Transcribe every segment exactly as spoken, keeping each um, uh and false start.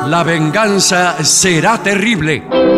La venganza será terrible.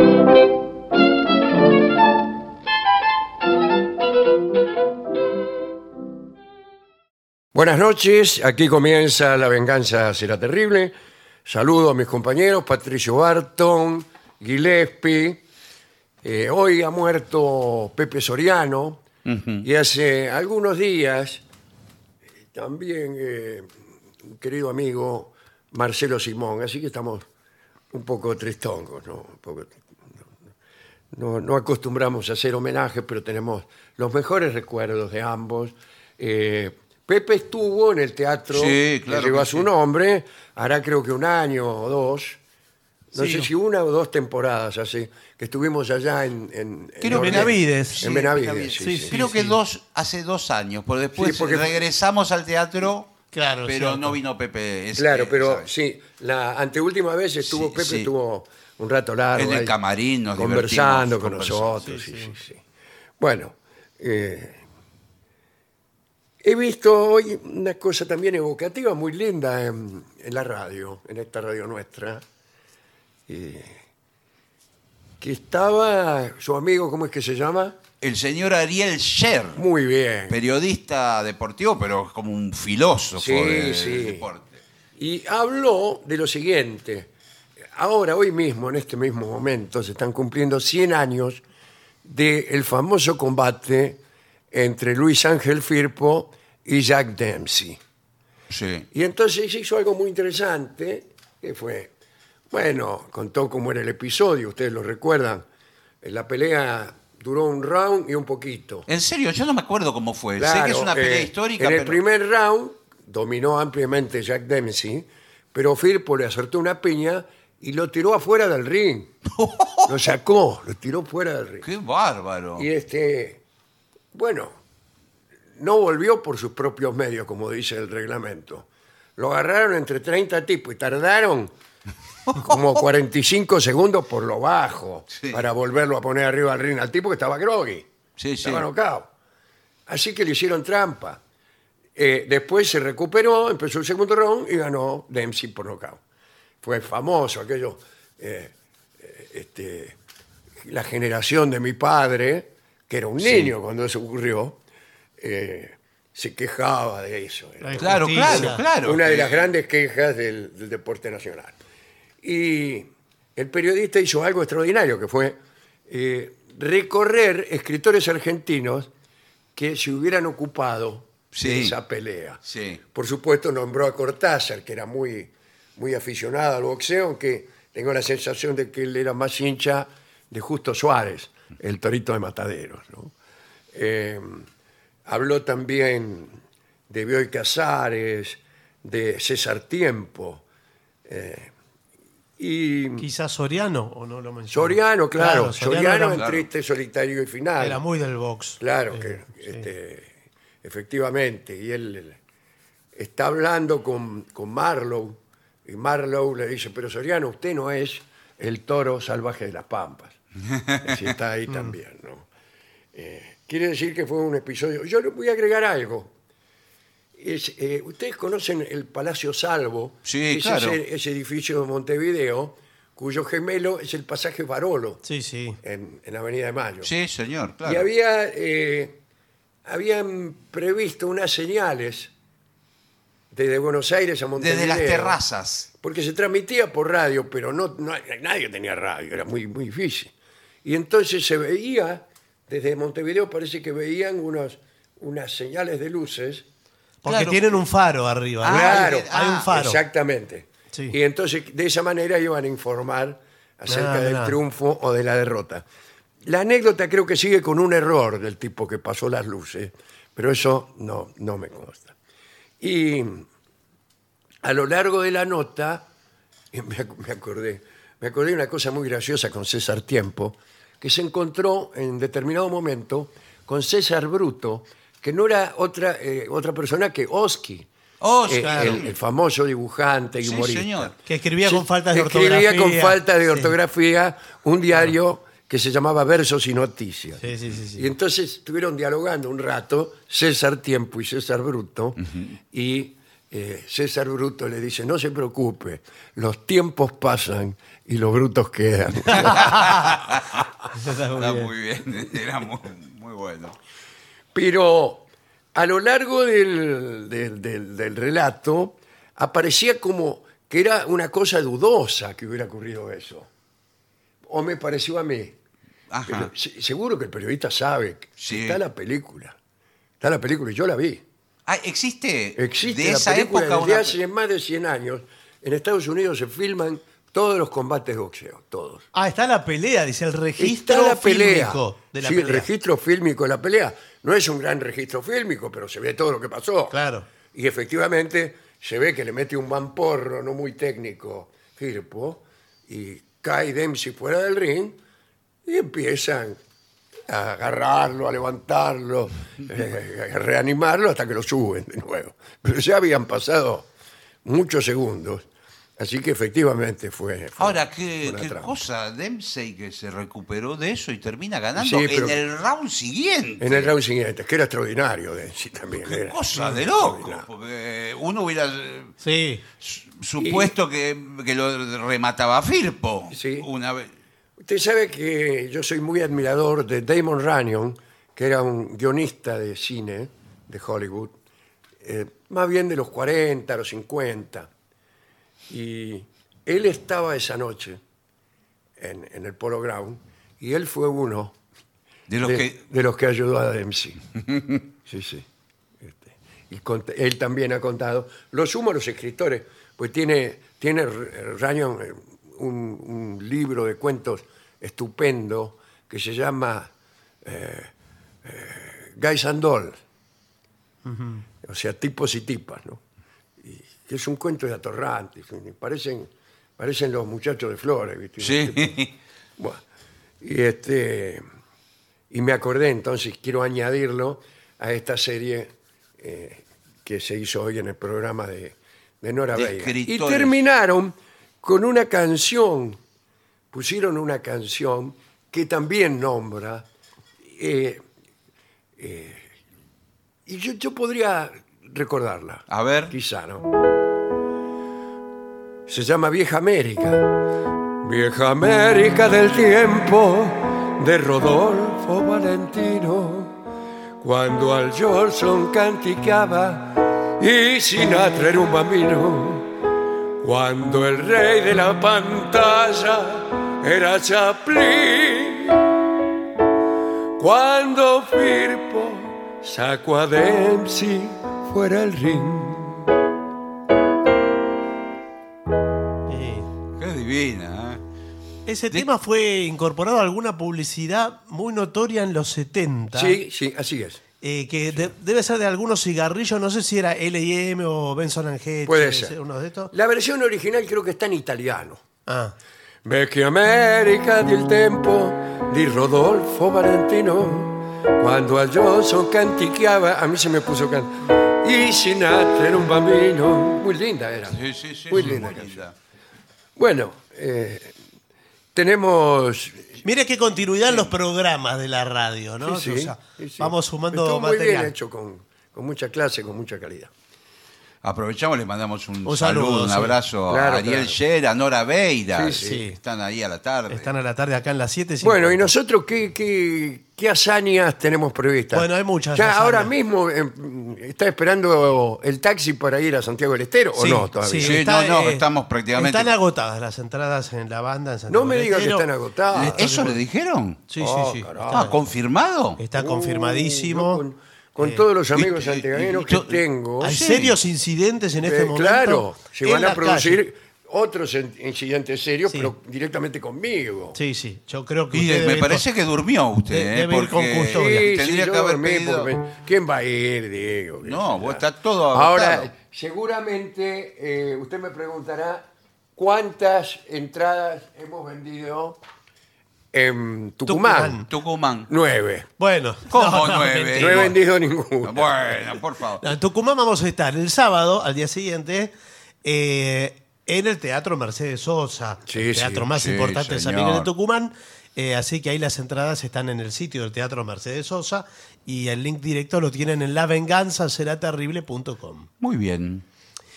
Buenas noches, aquí comienza La venganza será terrible. Saludo a mis compañeros, Patricio Barton, Gillespie. Eh, hoy ha muerto Pepe Soriano uh-huh. y hace algunos días eh, también eh, un querido amigo Marcelo Simón, así que estamos un poco tristongos, ¿no? Un poco, no, no, no acostumbramos a hacer homenajes, pero tenemos los mejores recuerdos de ambos. Eh, Pepe estuvo en el teatro sí, claro que lleva que su sí. nombre, hará creo que un año o dos, no sí. sé si una o dos temporadas así, que estuvimos allá en... en Creo en que Benavides. En Sí, Benavides, Benavides. sí, Sí, sí. sí. Creo que dos hace dos años, porque después Sí, porque- regresamos al teatro, Claro, pero cierto. no vino Pepe. ese, Claro, pero ¿sabes? sí, la anteúltima vez estuvo Sí, Pepe, sí. estuvo un rato largo En el ahí, camarín nos conversando divertimos con conversando. nosotros. Sí, Sí, sí. sí, sí. Bueno, eh, he visto hoy una cosa también evocativa muy linda en, en la radio, en esta radio nuestra, eh, que estaba su amigo, ¿cómo es que se llama? El señor Ariel Sher, Muy bien. periodista deportivo, pero como un filósofo Sí, de- sí. del deporte. Y habló de lo siguiente. Ahora, hoy mismo, en este mismo momento, se están cumpliendo cien años del famoso combate entre Luis Ángel Firpo y Jack Dempsey. Sí. Y entonces hizo algo muy interesante, que fue, bueno, contó cómo era el episodio, ustedes lo recuerdan. La pelea duró un round y un poquito. En serio, yo no me acuerdo cómo fue. sé Claro, que es una pelea eh, histórica, En el pero... primer round dominó ampliamente Jack Dempsey, pero Firpo le acertó una piña y lo tiró afuera del ring. Lo sacó, lo tiró fuera del ring. ¡Qué bárbaro! Y este, bueno, no volvió por sus propios medios, como dice el reglamento. Lo agarraron entre treinta tipos y tardaron como cuarenta y cinco segundos por lo bajo Sí. para volverlo a poner arriba del ring al tipo que estaba groggy. Sí, sí. Estaba knockout. Así que le hicieron trampa. Eh, después se recuperó, empezó el segundo round y ganó Dempsey por knockout. Fue famoso aquello. eh, eh, este, la generación de mi padre, que era un Sí. niño cuando eso ocurrió, eh, se quejaba de eso. Era La Claro, Justicia. claro, claro. una de que- las grandes quejas del, del deporte nacional. Y el periodista hizo algo extraordinario, que fue eh, recorrer escritores argentinos que se hubieran ocupado de Sí. esa pelea. Sí. Por supuesto, nombró a Cortázar, que era muy, muy aficionado al boxeo, aunque tengo la sensación de que él era más hincha de Justo Suárez, el torito de Mataderos, ¿no? Eh, habló también de Bioy Casares, de César Tiempo, eh, y Quizás Soriano, o no lo mencionó. Soriano, claro, Soriano, era, en claro. Triste, Solitario y Final. era muy del box. Claro, Eh, que sí. este, efectivamente, y él está hablando con, con Marlowe, y Marlowe le dice, pero Soriano, usted no es el toro salvaje de las Pampas. Así está ahí también, ¿no? Eh, quiere decir que fue un episodio. Yo le voy a agregar algo. Es, eh, ustedes conocen el Palacio Salvo, Sí, que es claro. ese, ese edificio de Montevideo, cuyo gemelo es el pasaje Barolo, Sí, sí. en, en Avenida de Mayo. Sí, señor, claro. Y había, eh, habían previsto unas señales desde Buenos Aires a Montevideo. Desde las terrazas. Porque se transmitía por radio, pero no, no nadie tenía radio, era muy, muy difícil. Y entonces se veía, desde Montevideo parece que veían unos, unas señales de luces. Porque Claro. tienen un faro arriba. ¿no? Claro, Hay un faro. Exactamente. Sí. Y entonces de esa manera iban a informar acerca Ah, del mirá. triunfo o de la derrota. La anécdota creo que sigue con un error del tipo que pasó las luces, pero eso no, no me consta. Y a lo largo de la nota, me ac- me acordé, me acordé de una cosa muy graciosa con César Tiempo, que se encontró en determinado momento con César Bruto, que no era otra, eh, otra persona que Oski. Oski, eh, claro. el, el famoso dibujante y Sí, humorista. señor. Que escribía Sí, con faltas de escribía ortografía. con falta de Sí. ortografía un diario que se llamaba Versos y Noticias. Sí, sí, sí, sí. Y entonces estuvieron dialogando un rato César Tiempo y César Bruto y eh, César Bruto le dice, no se preocupe, los tiempos pasan y los brutos quedan. Eso está muy Está bien. muy bien, era muy, muy bueno. Pero a lo largo del, del- del- del relato aparecía como que era una cosa dudosa que hubiera ocurrido eso. O me pareció a mí. Ajá. Pero se- seguro que el periodista sabe que Sí. está la película. Está la película y yo la vi. Ah, existe, Existe de la esa película época desde una... hace más de cien años. En Estados Unidos se filman todos los combates de boxeo, todos. Ah, está la pelea, dice el registro Está la pelea. fílmico de la sí, pelea. el registro fílmico de la pelea. No es un gran registro fílmico, pero se ve todo lo que pasó. Claro. Y efectivamente se ve que le mete un mamporro no muy técnico, Firpo, y cae Dempsey fuera del ring y empiezan a agarrarlo, a levantarlo, eh, a reanimarlo hasta que lo suben de nuevo. Pero ya habían pasado muchos segundos, así que efectivamente fue. fue- Ahora, fue qué, una qué trampa. cosa, Dempsey que se recuperó de eso y termina ganando Sí, pero- en el round siguiente. En el round siguiente, que era extraordinario Dempsey también. Qué era cosa de loco, extraordinario. porque uno hubiera eh, Sí. su- supuesto que, que lo remataba a Firpo Sí. una vez. Usted sabe que yo soy muy admirador de Damon Runyon, que era un guionista de cine de Hollywood, eh, más bien de los cuarenta, los cincuenta. Y él estaba esa noche en, en el Polo Ground y él fue uno De los de, que de los que ayudó a Dempsey. Sí, sí. Este, y cont- él también ha contado. Lo sumo a los escritores, pues tiene, tiene R- Runyon eh, un, un libro de cuentos estupendo que se llama eh, eh, Guys and Dolls. O sea, tipos y tipas, ¿no? Y que es un cuento de atorrante. Parecen, parecen los muchachos de Flores, ¿viste? sí. Bueno, y este y me acordé, entonces quiero añadirlo a esta serie eh, que se hizo hoy en el programa de, de Nora De Veiga. Y escritores. terminaron con una canción, pusieron una canción que también nombra, eh, eh, y yo, yo podría recordarla. A ver. Quizá, ¿no? Se llama Vieja América. Vieja América del tiempo de Rodolfo Valentino, cuando al Johnson canticaba y Sinatra era un bambino, cuando el rey de la pantalla era Chaplin, cuando Firpo sacó a Dempsey fuera el ring. Sí. Qué divina, ¿eh? Ese De- tema fue incorporado a alguna publicidad muy notoria en los setenta. Sí, sí, así es. eh, que de- debe ser de algunos cigarrillos, no sé si era L y M o Benson and Hedges. Puede ser. Uno de estos. La versión original creo que está en italiano. Ah, Vecchia America del tempo di Rodolfo Valentino, quando al Johnson canticchiava, a mí se me puso can y Sinatra era un bambino. Muy linda era. Sí, sí, sí. Muy sí, linda. muy canción. linda. Bueno, eh, tenemos... mire qué continuidad en los programas de la radio, ¿no? sí, O sí, sea, sí, sí. vamos sumando Estuvo muy material. bien hecho, con, con mucha clase, con mucha calidad. Aprovechamos, le mandamos un, Un saludo, saludo, un sí. abrazo Claro, a Ariel claro. Sher, a Nora Beira, Sí, sí. que están ahí a la tarde. Están a la tarde acá en las siete. Bueno, ¿y nosotros qué, qué, qué hazañas tenemos previstas? Bueno, hay muchas Ya hazañas. ahora mismo eh, está esperando el taxi para ir a Santiago del Estero, ¿o Sí, no todavía? Sí, no, no, estamos prácticamente- Están agotadas las entradas en la banda en Santiago No me del diga que Estero. están agotadas. ¿Eso le dijeron? Sí, Oh, sí, sí. carajo. Ah, ¿confirmado? Está Uh, confirmadísimo. yo con con Eh, todos los amigos y- santiagueros y- que yo- tengo, Hay sí. serios incidentes en este eh, momento. claro, se en van a la producir calle. otros in- incidentes serios, Sí. pero directamente conmigo. Sí, sí. Yo creo que Y usted eh, debe me ir parece que durmió usted, de- ¿eh? debe ir con porque custodia. Sí, sí, tendría yo que haber dormí pedido... porque- ¿Quién va a ir, Diego? No, vos está todo Ahora, agotado. seguramente eh, usted me preguntará cuántas entradas hemos vendido en Tucumán. Tucumán. Tucumán. Nueve. Bueno. ¿Cómo nueve? mentira. No he vendido ninguna. Bueno, por favor. En Tucumán vamos a estar el sábado, al día siguiente, eh, en el Teatro Mercedes Sosa, Sí, el sí, teatro más sí, importante de San señor. Miguel de Tucumán. Eh, así que ahí las entradas están en el sitio del Teatro Mercedes Sosa y el link directo lo tienen en la venganza será terrible punto com. Muy bien.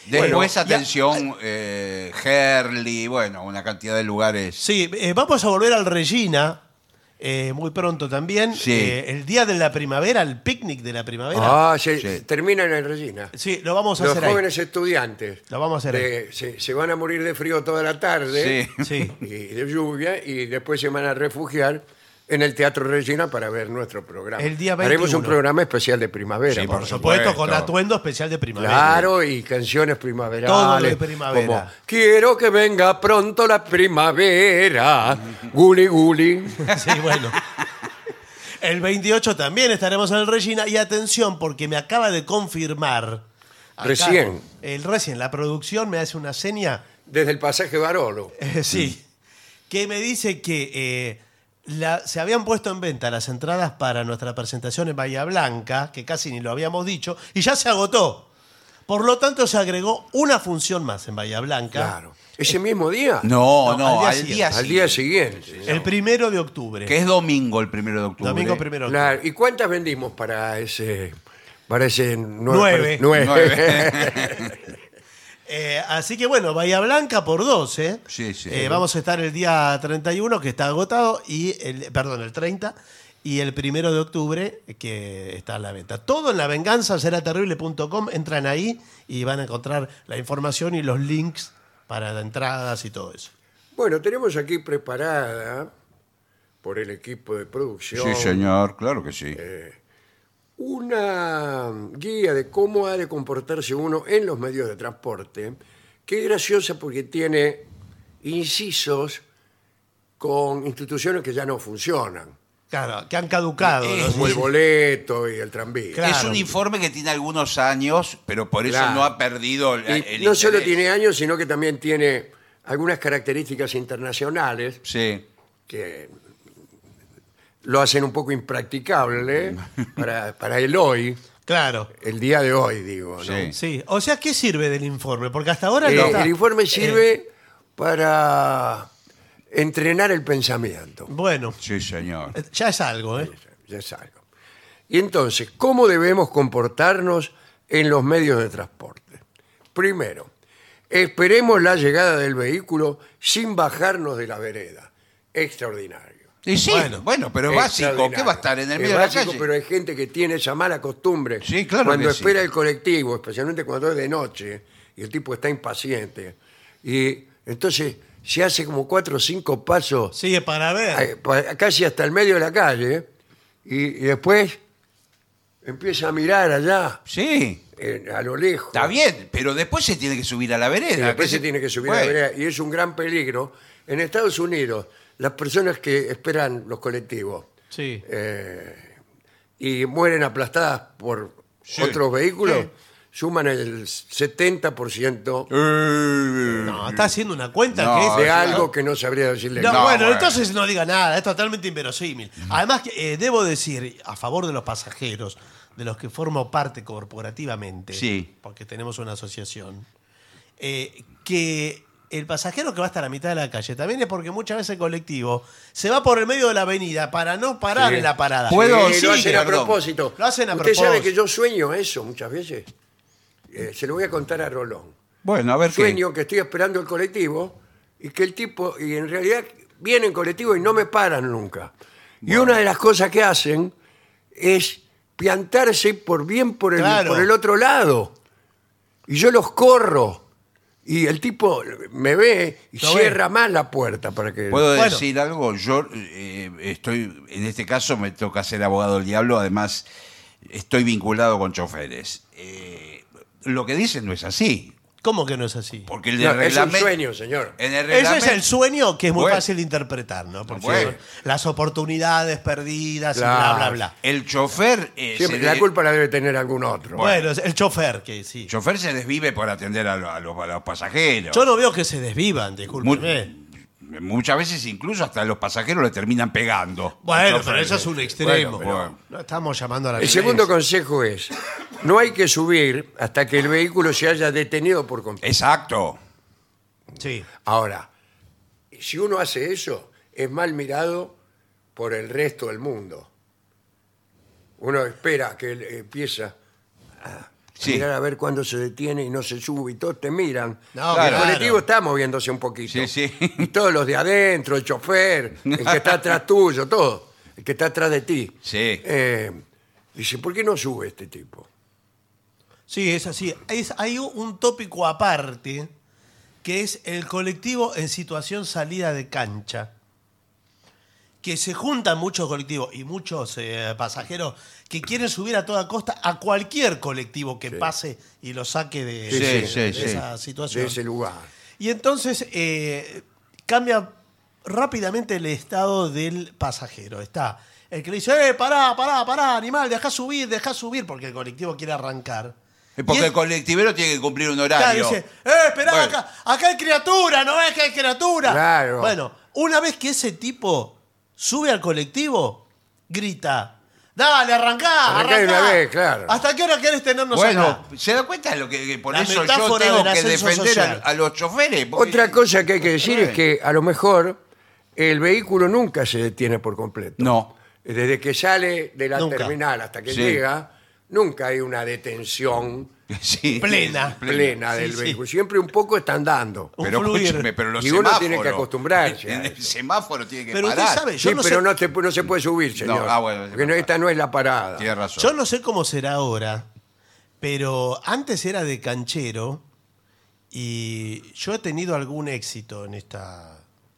Después, Bueno, ya- atención, eh, Herley, bueno, una cantidad de lugares. Sí, eh, vamos a volver al Regina eh, muy pronto también. Sí. Eh, el día de la primavera, el picnic de la primavera. Ah, se, Sí. termina en el Regina. Sí, lo vamos a Los hacer ahí. jóvenes estudiantes Lo vamos a hacer de- se, se van a morir de frío toda la tarde Sí. Sí. y de lluvia y después se van a refugiar en el Teatro Regina para ver nuestro programa. El día Haremos un veintiuno. programa especial de primavera. Sí, por Por supuesto. supuesto, con atuendo especial de primavera. Claro, y canciones primaverales. Todo lo de primavera. Como, quiero que venga pronto la primavera. Guli guli. Sí, bueno. El veintiocho también estaremos en el Regina. Y atención, porque me acaba de confirmar. acá, Recién. El recién, la producción me hace una seña. Desde el pasaje Barolo. eh, sí. Que me dice que eh, la- se habían puesto en venta las entradas para nuestra presentación en Bahía Blanca, que casi ni lo habíamos dicho, y ya se agotó. Por lo tanto, se agregó una función más en Bahía Blanca. Claro. ¿Ese mismo día? No, No, no, al al día día, Al día siguiente. El primero de octubre. Que es domingo el primero de octubre. Domingo primero de octubre. Claro. ¿Y cuántas vendimos para ese? Para ese nue- Nueve. para- nueve. Nueve. Eh, así que bueno, Bahía Blanca por dos, ¿eh? Sí, sí. Eh, vamos a estar el día treinta y uno, que está agotado, y el, perdón, el treinta, y el primero de octubre, que está a la venta. Todo en la venganza será terrible punto com, entran ahí y van a encontrar la información y los links para las entradas y todo eso. Bueno, tenemos aquí preparada por el equipo de producción Sí, señor, claro que sí. una guía de cómo ha de comportarse uno en los medios de transporte, que es graciosa porque tiene incisos con instituciones que ya no funcionan, Claro, que han caducado. Eh, ¿no? como el boleto y el tranvía. Claro. Es un informe que tiene algunos años, pero por eso Claro. no ha perdido el, Y el no solo interés. tiene años, sino que también tiene algunas características internacionales Sí. que lo hacen un poco impracticable para, para el hoy, Claro. el día de hoy, digo. ¿no? Sí. Sí. O sea, ¿qué sirve del informe? Porque hasta ahora Eh, no está- el informe Eh, sirve para entrenar el pensamiento. bueno, Sí, señor. eh, ya es algo, ¿eh? Ya es algo. Y entonces, ¿cómo debemos comportarnos en los medios de transporte? Primero, esperemos la llegada del vehículo sin bajarnos de la vereda. Extraordinario. Y sí, Bueno. bueno, pero básico. Extraordinario. ¿Qué va a estar en el Es medio de la básico, calle? pero hay gente que tiene esa mala costumbre. Sí, claro Cuando que sí. espera el colectivo, especialmente cuando es de noche, y el tipo está impaciente. Y entonces se hace como cuatro o cinco pasos, Sigue para ver. eh, pa- casi hasta el medio de la calle, y, y después empieza a mirar allá, Sí, eh, a lo lejos. está bien, pero después se tiene que subir a la vereda. Y después que se tiene que subir a la Bueno, vereda, y es un gran peligro. En Estados Unidos, las personas que esperan los colectivos Sí. eh, y mueren aplastadas por Sí. otros vehículos, Sí. suman el setenta por ciento Eh, No, está haciendo una cuenta No, que es... de sí, algo que no sabría decirle. No, No, bueno, bueno. entonces no diga nada, es totalmente inverosímil. Además, que, eh, debo decir, a favor de los pasajeros, de los que formo parte corporativamente, Sí. porque tenemos una asociación, eh, que el pasajero que va hasta la mitad de la calle también es porque muchas veces el colectivo se va por el medio de la avenida para no parar Sí. en la parada. Puedo- Sí, sí, lo hacen a perdón. propósito. Lo hacen a Usted propósito. sabe que yo sueño eso muchas veces. Eh, se lo voy a contar a Rolón. Bueno, a ver qué. Sueño que estoy esperando el colectivo y que el tipo, y en realidad viene en colectivo y no me paran nunca. Y una de las cosas que hacen es piantarse por bien por el, Claro. por el otro lado. Y yo los corro. Y el tipo me ve y Lo ve. cierra más la puerta para que... ¿Puedo Bueno. decir algo? Yo eh, estoy, en este caso me toca ser abogado del diablo, además estoy vinculado con choferes. Eh, lo que dicen no es así, ¿Cómo que no es así? porque el No, de es un reglamento- sueño, señor. En el Ese es reglamento- el sueño que es muy Bueno. fácil de interpretar, ¿no? Porque Bueno. son las oportunidades perdidas y Claro. bla, bla, bla. El chofer, eh, Siempre, se la de- culpa la debe tener algún otro. Bueno, es el chofer que sí. el chofer se desvive por atender a, lo- a los, a los pasajeros. Yo no veo que se desvivan, Mu- discúlpeme. Muchas veces incluso hasta los pasajeros le terminan pegando. Bueno, El chofer. pero eso es un extremo. Bueno, pero- No estamos llamando a la El violencia. segundo consejo es, no hay que subir hasta que el vehículo se haya detenido por completo. Exacto. Sí. Ahora, si uno hace eso, es mal mirado por el resto del mundo. Uno espera que él empieza Sí. mirar a ver cuándo se detiene y no se sube y todos te miran. No, Y el claro. colectivo está moviéndose un poquito. Sí, sí. Y todos los de adentro, el chofer, el que está atrás tuyo, todo. El que está atrás de ti. Sí. Eh, dice, ¿por qué no sube este tipo? Sí, es así. Es, hay un tópico aparte que es el colectivo en situación salida de cancha. Que se juntan muchos colectivos y muchos eh, pasajeros que quieren subir a toda costa a cualquier colectivo que Sí. pase y lo saque de, Sí, de- sí, de sí. esa situación. De ese lugar. Y entonces eh, cambia rápidamente el estado del pasajero. Está el que le dice, eh, pará, pará, pará, animal, dejá subir, dejá subir, porque el colectivo quiere arrancar. Porque Y él- el colectivero tiene que cumplir un Claro, horario. dice, eh, esperá, Bueno. acá, acá hay criatura, ¿no ves que hay criatura? Claro. Bueno, una vez que ese tipo sube al colectivo, grita, dale, arrancá, Arrancá de arrancá. una vez, claro. ¿Hasta qué hora querés tenernos Bueno, acá? ¿se da cuenta de lo que, que por La eso yo metáfora tengo del que ascenso defender a, social. a los choferes? Porque- Otra cosa que hay que decir Bueno. es que a lo mejor el vehículo nunca se detiene por completo. No. Desde que sale de la Nunca. terminal hasta que Sí. llega, nunca hay una detención Sí. Plena. plena del Sí, sí. vehículo. Siempre un poco está andando. Un Pero, fluir. escúcheme, pero los Y uno semáforos. tiene que acostumbrarse a En el eso. semáforo tiene que Pero usted parar. sabe, yo Sí, no pero sé, no, te- no se puede subir, señor. ah, bueno, es porque no, verdad. esta no es la parada. Tiene razón. yo no sé cómo será ahora, pero antes era de canchero y yo he tenido algún éxito en esta,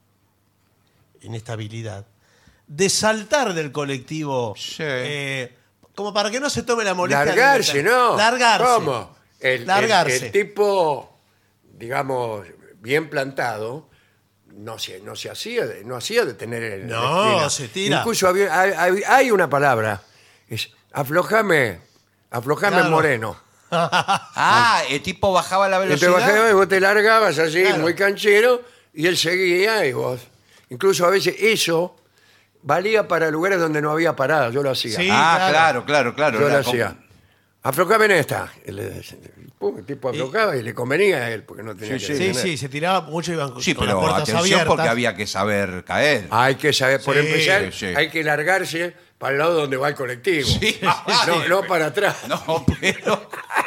en esta habilidad de saltar del colectivo. Sí. eh, como para que no se tome la molestia. de Largarse, meter- ¿no? Largarse. ¿Cómo? El, el- Largarse. el tipo, digamos, bien plantado, no se, no se hacía, de- no hacía detener el. No, se tira. Incluso había- hay, hay- hay una palabra, es aflojame, aflojame Claro. moreno. Ah, el tipo bajaba la Y te velocidad. bajabas y vos te largabas así, Claro. muy canchero, y él seguía y vos. Incluso a veces eso valía para lugares donde no había parada, yo lo hacía. Sí. Ah, claro. claro, claro, claro. Yo lo Era como- hacía. Aflojame en esta. Y le- pum, el tipo aflojaba y le convenía a él, porque no tenía Sí, que Sí, detener. sí, se tiraba mucho y iban Sí, con las pero puertas atención abiertas. porque había que saber caer. Hay que saber, por Sí, empezar, sí. hay que largarse para el lado donde va el colectivo. Sí. No, no para atrás. No, pero.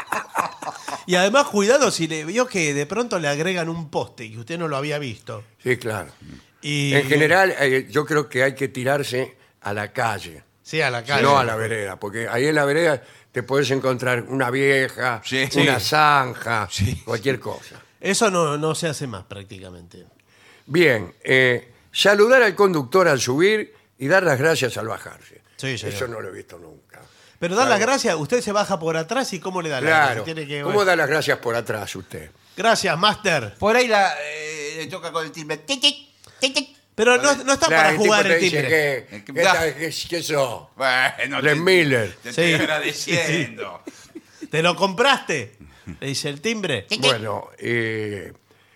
Y además, cuidado si le vio que de pronto le agregan un poste y usted no lo había visto. Sí, claro. Y, En general, eh, yo creo que hay que tirarse a la calle, Sí, a la calle. no a la vereda, porque ahí en la vereda te puedes encontrar una vieja, Sí. una Sí. zanja, Sí. cualquier cosa. Eso no, no se hace más prácticamente. Bien, eh, saludar al conductor al subir y dar las gracias al bajarse. Sí, señor. Eso no lo he visto nunca. Pero dar las Claro. gracias, usted se baja por atrás y ¿cómo le da las Claro. gracias? Tiene que- ¿Cómo da las gracias por atrás usted? Gracias, Master. Por ahí la, eh, le toca con el timbre. Tic, tic, tic, tic. Pero no, no está Claro, para el tipo jugar te el dice, timbre. ¿Qué, El que- qué, tal? ¿Qué, qué sos? Bueno, Les te- Miller. Te Sí. estoy agradeciendo. ¿Te lo compraste? Le dice el timbre. Bueno, eh,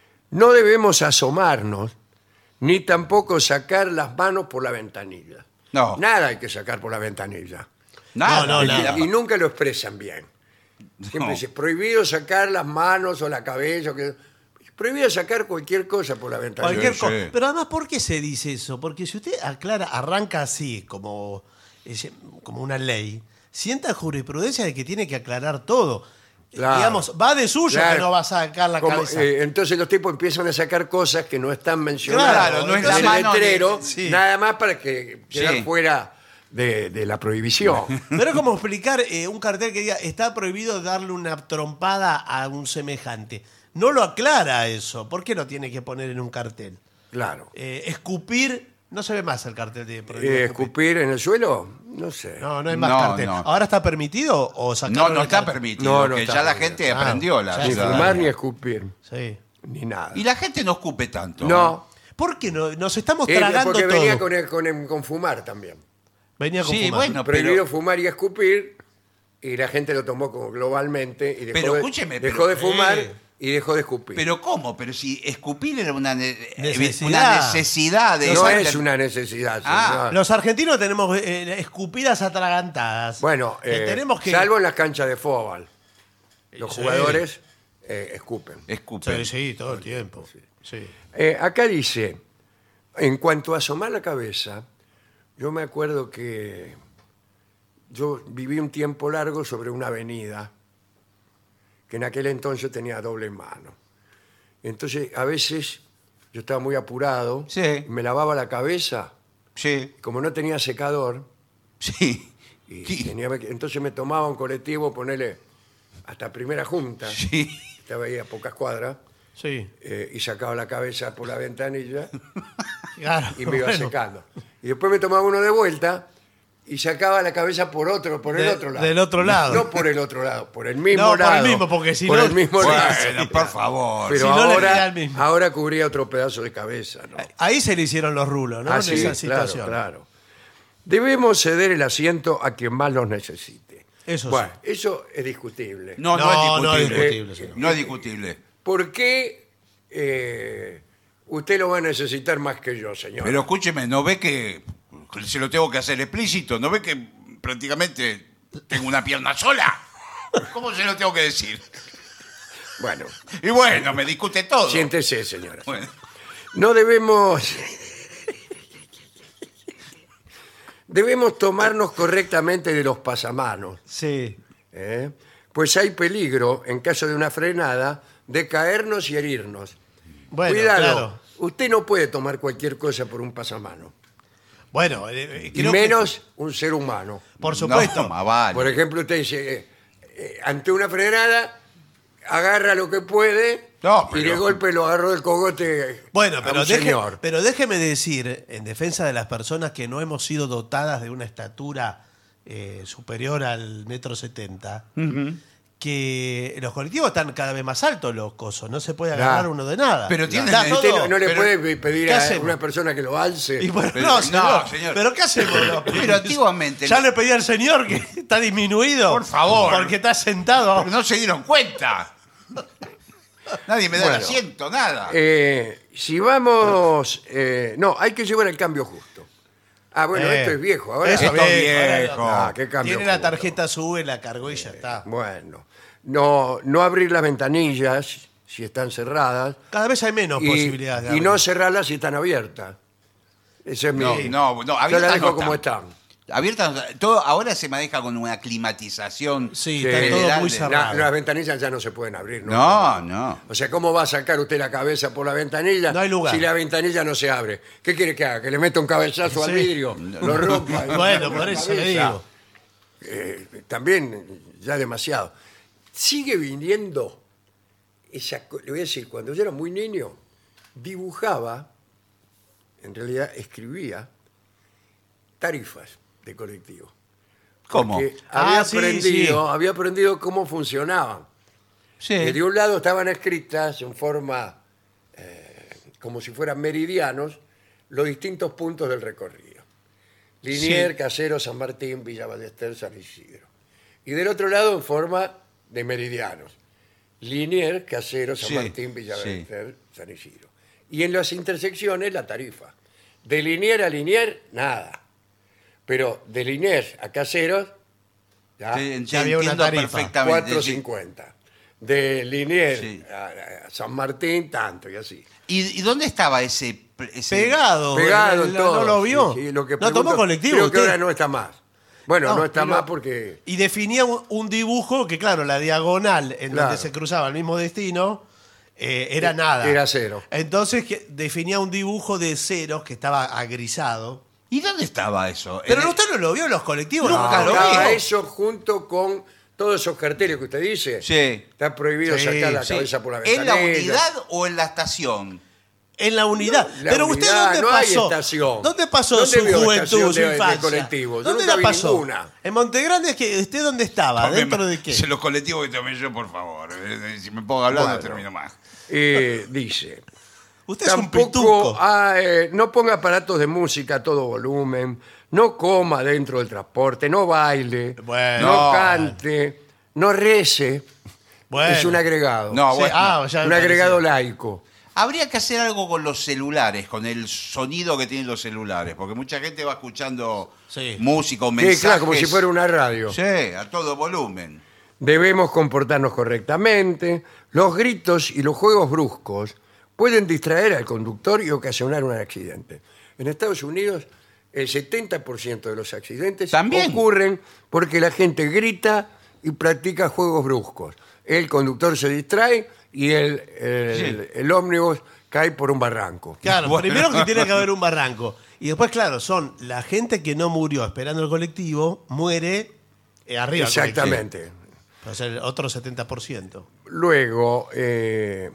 no debemos asomarnos ni tampoco sacar las manos por la ventanilla. No. Nada hay que sacar por la ventanilla. Nada. No, no, Y- nada. Y, nunca lo expresan bien. Siempre No. dice, prohibido sacar las manos o la cabeza. o que- Prohibido sacar cualquier cosa por la ventanilla. Cualquier Sí, cosa. sí. Pero además, ¿por qué se dice eso? Porque si usted aclara, arranca así, como, es- como una ley, sienta jurisprudencia de que tiene que aclarar todo. Claro. Digamos, va de suyo Claro. que no va a sacar la Como, cabeza. eh, entonces los tipos empiezan a sacar cosas que no están mencionadas Claro, no es en la el mano de- letrero, sí. nada más para que quedar Sí. fuera de, de la prohibición. Pero es como explicar eh, un cartel que diga, está prohibido darle una trompada a un semejante. No lo aclara eso. ¿Por qué lo tiene que poner en un cartel? Claro. Eh, escupir, no se ve más el cartel de prohibido Eh, escupir. ¿Escupir en el suelo? No sé. No, no hay más No, cartel. no. ¿Ahora está permitido o sacarlo No, no del está cartel? permitido. No, no que está ya la permitido. gente Ah, aprendió la ya Ni está. ciudadanía. fumar ni escupir. Sí. Ni nada. Y la gente no escupe tanto. No. ¿Por qué no? Nos estamos Eh, tragando porque todo. venía con, el- con, el- con fumar también. Venía con Sí, fumar. bueno, Prohibido pero. fumar y escupir, y la gente lo tomó como globalmente y dejó, Pero de, escúcheme, dejó pero- de fumar eh. y dejó de escupir. Pero ¿cómo? Pero si escupir era una, ne- Necesidad. una necesidad de. no esa- es una necesidad, Ah, señor. Los argentinos tenemos eh, escupidas atragantadas. Bueno, Que eh, tenemos que... salvo en las canchas de fútbol. Los Sí. jugadores eh, escupen. Escupe. Sí, sí, todo el tiempo. Sí. Eh, acá dice, en cuanto a asomar la cabeza, yo me acuerdo que yo viví un tiempo largo sobre una avenida que en aquel entonces tenía doble mano. Entonces, a veces yo estaba muy apurado, Sí. y me lavaba la cabeza, Sí, como no tenía secador, sí. y Sí. tenía que- entonces me tomaba un colectivo, ponerle hasta primera junta, Sí. estaba ahí a pocas cuadras, Sí, eh, y sacaba la cabeza por la ventanilla claro. y me iba Bueno, secando. Y después me tomaba uno de vuelta y sacaba la cabeza por otro, por el De- otro lado. del otro lado. No por el otro lado, por el mismo No, por lado. el mismo, porque si por no- el mismo lado. Bueno, por favor. Pero Si no, le queda ahora, el mismo. ahora cubría otro pedazo de cabeza, ¿no? Ahí se le hicieron los rulos, ¿no? Ah, En sí, esa claro, situación. claro. Debemos ceder el asiento a quien más los necesite. Eso Bueno, sí. eso es discutible. No, no, No, no es es discutible. discutible, señor. No es discutible. ¿Por qué eh, usted lo va a necesitar más que yo, señor? Pero escúcheme, ¿no ve que se lo tengo que hacer explícito? ¿No ve que prácticamente tengo una pierna sola? ¿Cómo se lo tengo que decir? Bueno, Y bueno, me discute todo. siéntese, señora. Bueno, No debemos... Debemos tomarnos correctamente de los pasamanos, Sí. ¿eh? Pues hay peligro, en caso de una frenada, de caernos y herirnos. Bueno, Cuidado, claro. usted no puede tomar cualquier cosa por un pasamano, Bueno, eh, y creo que- menos un ser humano. por supuesto. No, más vale. Por ejemplo, usted dice, eh, eh, ante una frenada, agarra lo que puede No, y pero- de golpe lo agarró del cogote Bueno, a pero, un deje- señor. pero déjeme decir, en defensa de las personas que no hemos sido dotadas de una estatura eh, superior al metro setenta, que los colectivos están cada vez más altos, los cosos, no se puede agarrar Claro. uno de nada. Pero tienen Está el- todo- Usted no, no le pero- puede pedir ¿qué a hacemos? una persona que lo alce. Y bueno, Pero- no, no, señor. señor. ¿Pero qué hacemos? No, Pero antiguamente- Ya le pedí al señor que está disminuido. Por favor. Porque está sentado. Pero no se dieron cuenta. Nadie me da Bueno. el asiento, nada. Eh, si vamos... eh, no, hay que llevar el cambio justo. Ah, bueno, Eh, esto es viejo. Ahora, eso Esto es viejo, viejo. Ah, qué cambio Tiene la justo. tarjeta sube, la cargó y ya está. Bueno, no, no abrir las ventanillas si están cerradas Cada vez hay menos y, posibilidades. de y abrir. no cerrarlas si están abiertas. Ese es mi... No, no, no, Yo abiertas las dejo no como están. están. Abiertas, todo ahora se maneja con una climatización. Sí, Sí. está todo general muy de- cerrado. La- las ventanillas ya no se pueden abrir. No, no. O sea, ¿cómo va a sacar usted la cabeza por la ventanilla No hay lugar. si la ventanilla no se abre? ¿Qué quiere que haga? ¿Que le meta un cabezazo al Sí. vidrio? Lo rompa. y- Bueno, con por la eso le cabeza? digo. Eh, también, ya demasiado. Sigue viniendo esa... co- Le voy a decir, cuando yo era muy niño, dibujaba, en realidad escribía, tarifas de colectivo. ¿Cómo? Porque Ah, había, sí, aprendido, sí. había aprendido cómo funcionaban. Sí. Que de un lado estaban escritas en forma eh, como si fueran meridianos los distintos puntos del recorrido. Liniers, Sí. Caseros, San Martín, Villa Ballester, San Isidro. Y del otro lado en forma de meridianos. Liniers, Caseros, San Sí, Martín, Villa sí. Ballester, San Isidro. Y en las intersecciones la tarifa. De Liniers a Liniers, nada. Pero de Liniers a Caseros, ya, Sí, en- Ya había una entiendo tarifa. perfectamente. cuatro sí. cincuenta. De Liniers Sí. a, a San Martín, tanto y así. ¿Y, y dónde estaba ese, ese- Pegado. Pegado el- en no, todo. no lo vio. Sí, sí, lo que no pregunto, tomó colectivo. Creo que usted. ahora no está más. Bueno, no, No, está pero- más porque... Y definía un, un dibujo que, claro, la diagonal en Claro. donde se cruzaba el mismo destino eh, era nada. Era cero. Entonces que definía un dibujo de ceros que estaba agrisado. ¿Y dónde estaba eso? Pero En- usted no lo vio en los colectivos. Nunca no, lo Estaba vi. eso junto con todos esos carteles que usted dice. Sí. Está prohibido Sí, sacar la sí. cabeza por la ¿En la ventanilla. unidad o en la estación? En la unidad. La Pero usted unidad, dónde no hay pasó? estación. ¿Dónde pasó ¿Dónde su vio juventud, estación su de- de infancia? colectivos? Yo ¿Dónde nunca la vi pasó? ninguna. En Montegrande, que ¿usted dónde estaba? ¿Dentro de qué? Se los colectivos que tomé yo, por favor. Eh, Si me pongo a hablar, no Bueno. termino más. Eh, dice... Usted es un Tampoco pituco. ah, eh, no ponga aparatos de música a todo volumen, no coma dentro del transporte, no baile, Bueno. no cante, no rece. Bueno. Es un agregado. No, Sí, bueno. ah, ya me un parecía. agregado laico. Habría que hacer algo con los celulares, con el sonido que tienen los celulares, porque mucha gente va escuchando Sí. música o Sí, mensajes. claro, como si fuera una radio. Sí, a todo volumen. Debemos comportarnos correctamente. Los gritos y los juegos bruscos pueden distraer al conductor y ocasionar un accidente. En Estados Unidos, el setenta por ciento de los accidentes También. ocurren porque la gente grita y practica juegos bruscos. El conductor se distrae y el, el, Sí. el ómnibus cae por un barranco. Claro, Bueno. primero que tiene que haber un barranco. Y después, claro, son la gente que no murió esperando el colectivo, muere eh, arriba del colectivo. Exactamente. O sea, el otro setenta por ciento. Luego, eh,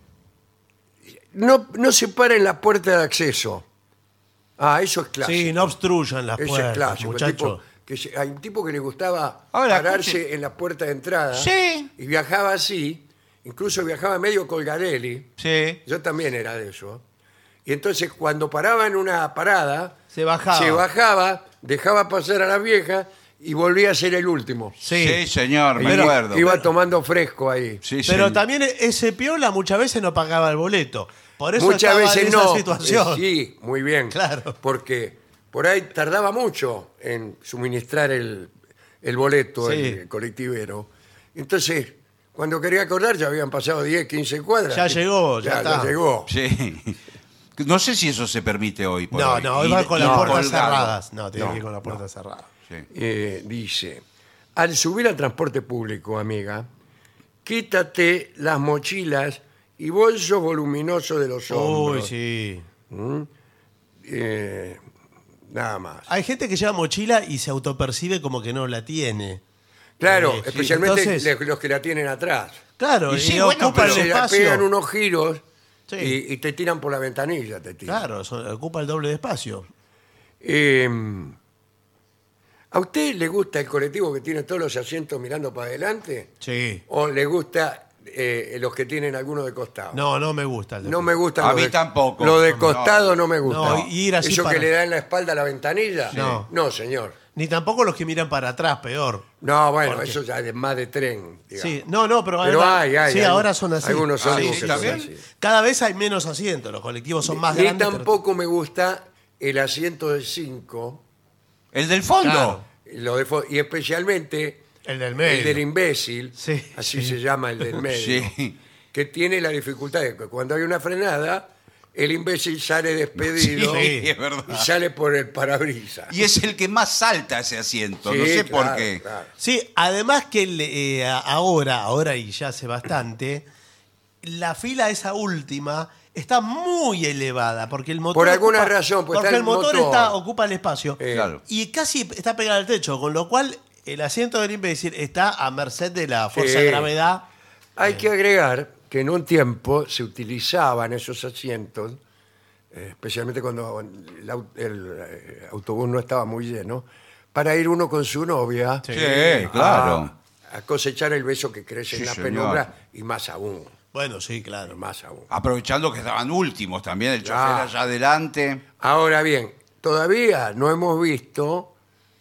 no, no se para en la puerta de acceso. Ah, eso es clásico. Sí, no obstruyan las Eso puertas, es clásico. El muchachos. tipo que se- hay un tipo que le gustaba Ahora, pararse escuche. en la puerta de entrada Sí. y viajaba así, incluso viajaba medio colgarelli. Sí. Yo también era de eso. Y entonces cuando paraba en una parada, Se bajaba. se bajaba, dejaba pasar a la vieja y volvía a ser el último. Sí, Sí. señor, me Iba- acuerdo. Iba tomando fresco ahí. Sí, Pero sí. también ese piola muchas veces no pagaba el boleto. Por eso Muchas estaba veces en esa no. situación. Eh, sí, muy bien. Claro. Porque por ahí tardaba mucho en suministrar el, el boleto, Sí. el, colectivero. Entonces, cuando quería acordar, ya habían pasado diez, quince cuadras. Ya llegó, ya está. llegó. Sí. No sé si eso se permite hoy. Por No, hoy. no, hoy Ir- va con ir las puertas colgado. cerradas. No, tiene No, que ir con las puertas cerradas. Sí. Eh, dice, al subir al transporte público, amiga, quítate las mochilas y bolsos voluminosos de los Uy, hombros. sí. Eh, nada más. Hay gente que lleva mochila y se autopercibe como que no la tiene. Claro, Eh, sí. especialmente Entonces- le- los que la tienen atrás. Claro, Y y, sí, bueno, ocupa pero el Se la espacio. pegan unos giros Sí. y, y te tiran por la ventanilla. Te tiran. Claro, so- ocupa el doble de espacio. Eh, ¿A usted le gusta el colectivo que tiene todos los asientos mirando para adelante? Sí. ¿O le gusta eh, los que tienen algunos de costado? No, no me gusta el de No me gusta. A lo mí de- tampoco. Lo de No, costado no, no. me gusta. No, y ir así ¿Eso para- que le da en la espalda a la ventanilla? No. No, señor. Ni tampoco los que miran para atrás, peor. No, bueno, ¿Por qué? eso ya es más de tren. digamos. Sí, no, no, pero, Pero además- hay, hay. sí, hay- ahora son así. Algunos son Ah, sí, que son ¿también? así. Cada vez hay menos asientos, los colectivos son más Ni grandes. pero- tampoco me gusta el asiento de cinco. El del fondo. Claro. Lo de fo- y especialmente El del medio. el del imbécil, Sí, así sí. se llama el del medio, Sí. que tiene la dificultad de que cuando hay una frenada, el imbécil sale despedido Sí, es verdad. y sale por el parabrisas. Y es el que más salta ese asiento. no Sí, sé por claro, qué. claro. Sí, además que el, eh, ahora, ahora y ya hace bastante, la fila esa última está muy elevada porque el motor Por alguna ocupa- razón, pues porque está el el motor, motor. está ocupa el espacio Eh, Claro. y casi está pegado al techo, con lo cual el asiento del imbécil está a merced de la fuerza Sí. de gravedad. Hay que agregar que en un tiempo se utilizaban esos asientos, eh, especialmente cuando el, au- el, eh, autobús no estaba muy lleno, para ir uno con su novia Sí, a- claro. a, cosechar el beso que crece Sí, en la señor. penumbra y más aún, Bueno, sí, claro. más aún. Aprovechando que estaban últimos también, el chofer Ah. allá adelante. Ahora bien, todavía no hemos visto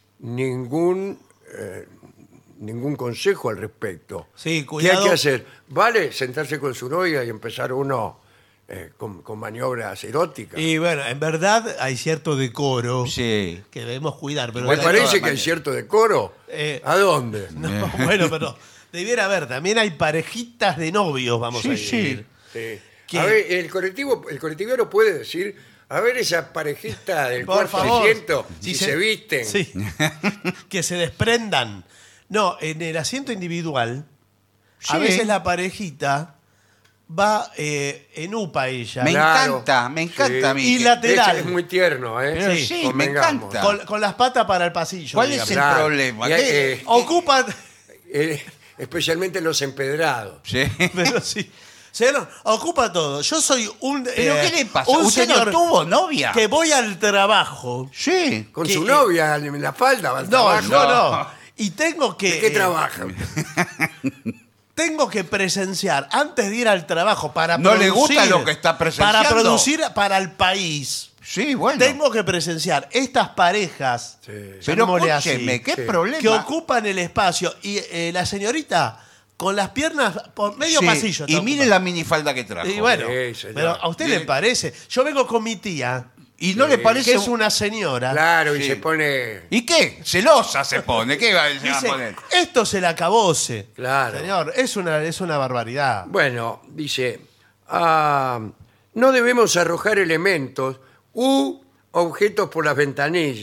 ningún eh, ningún consejo al respecto. Sí, ¿Qué cuidado. hay que hacer? ¿Vale sentarse con su novia y empezar uno eh, con, con maniobras eróticas? Y bueno, en verdad hay cierto decoro Sí. que debemos cuidar. Pero ¿Me de parece todas que hay maneras. cierto decoro? Eh, ¿A dónde? No, bueno, pero debiera haber. También hay parejitas de novios, vamos Sí, a sí. decir. Sí. ¿Qué? A ver, el colectivo, el colectivero puede decir, a ver esa parejita del Por cuarto favor. asiento, si Si se, visten. Sí. Que se desprendan. No, en el asiento individual, a Sí. veces la parejita va eh, en upa ella. Me Claro. encanta, me encanta a mí. Y que- la- Ese lateral. es muy tierno, ¿eh? Pero Sí, sí, me convengamos. encanta. Con, con las patas para el pasillo. ¿Cuál digamos. es el Claro. problema? Y hay- ¿Qué? eh, Ocupan. Eh, especialmente los empedrados. Sí. Pero sí. Señor, ocupa todo. Yo soy un. ¿Pero eh, qué le pasa? Un ¿Usted no señor tuvo novia? que voy al trabajo. Sí. Con que- su novia en la falda, va al No, trabajo. yo no. Y tengo que. ¿De qué eh, trabaja? Tengo que presenciar antes de ir al trabajo para ¿No le producir, gusta lo que está presenciando? Para producir para el país. Sí, bueno. Tengo que presenciar estas parejas, Sí. Pero llamémosle así, escúcheme, ¿qué Sí. problema? que ocupan el espacio y eh, la señorita con las piernas por medio Sí, pasillo. Y está mire ocupada. la minifalda que trajo. Y bueno, Sí, señor. pero a usted Sí. le parece. Yo vengo con mi tía, ¿Y no le parece? que es una señora. Claro, y Sí. se pone... ¿Y qué? Celosa se pone. ¿Qué va, se va a Dice, poner? esto se la acabose. Claro. Señor, es una, es una barbaridad. Bueno, dice, ah, no debemos arrojar elementos u objetos por las ventanillas.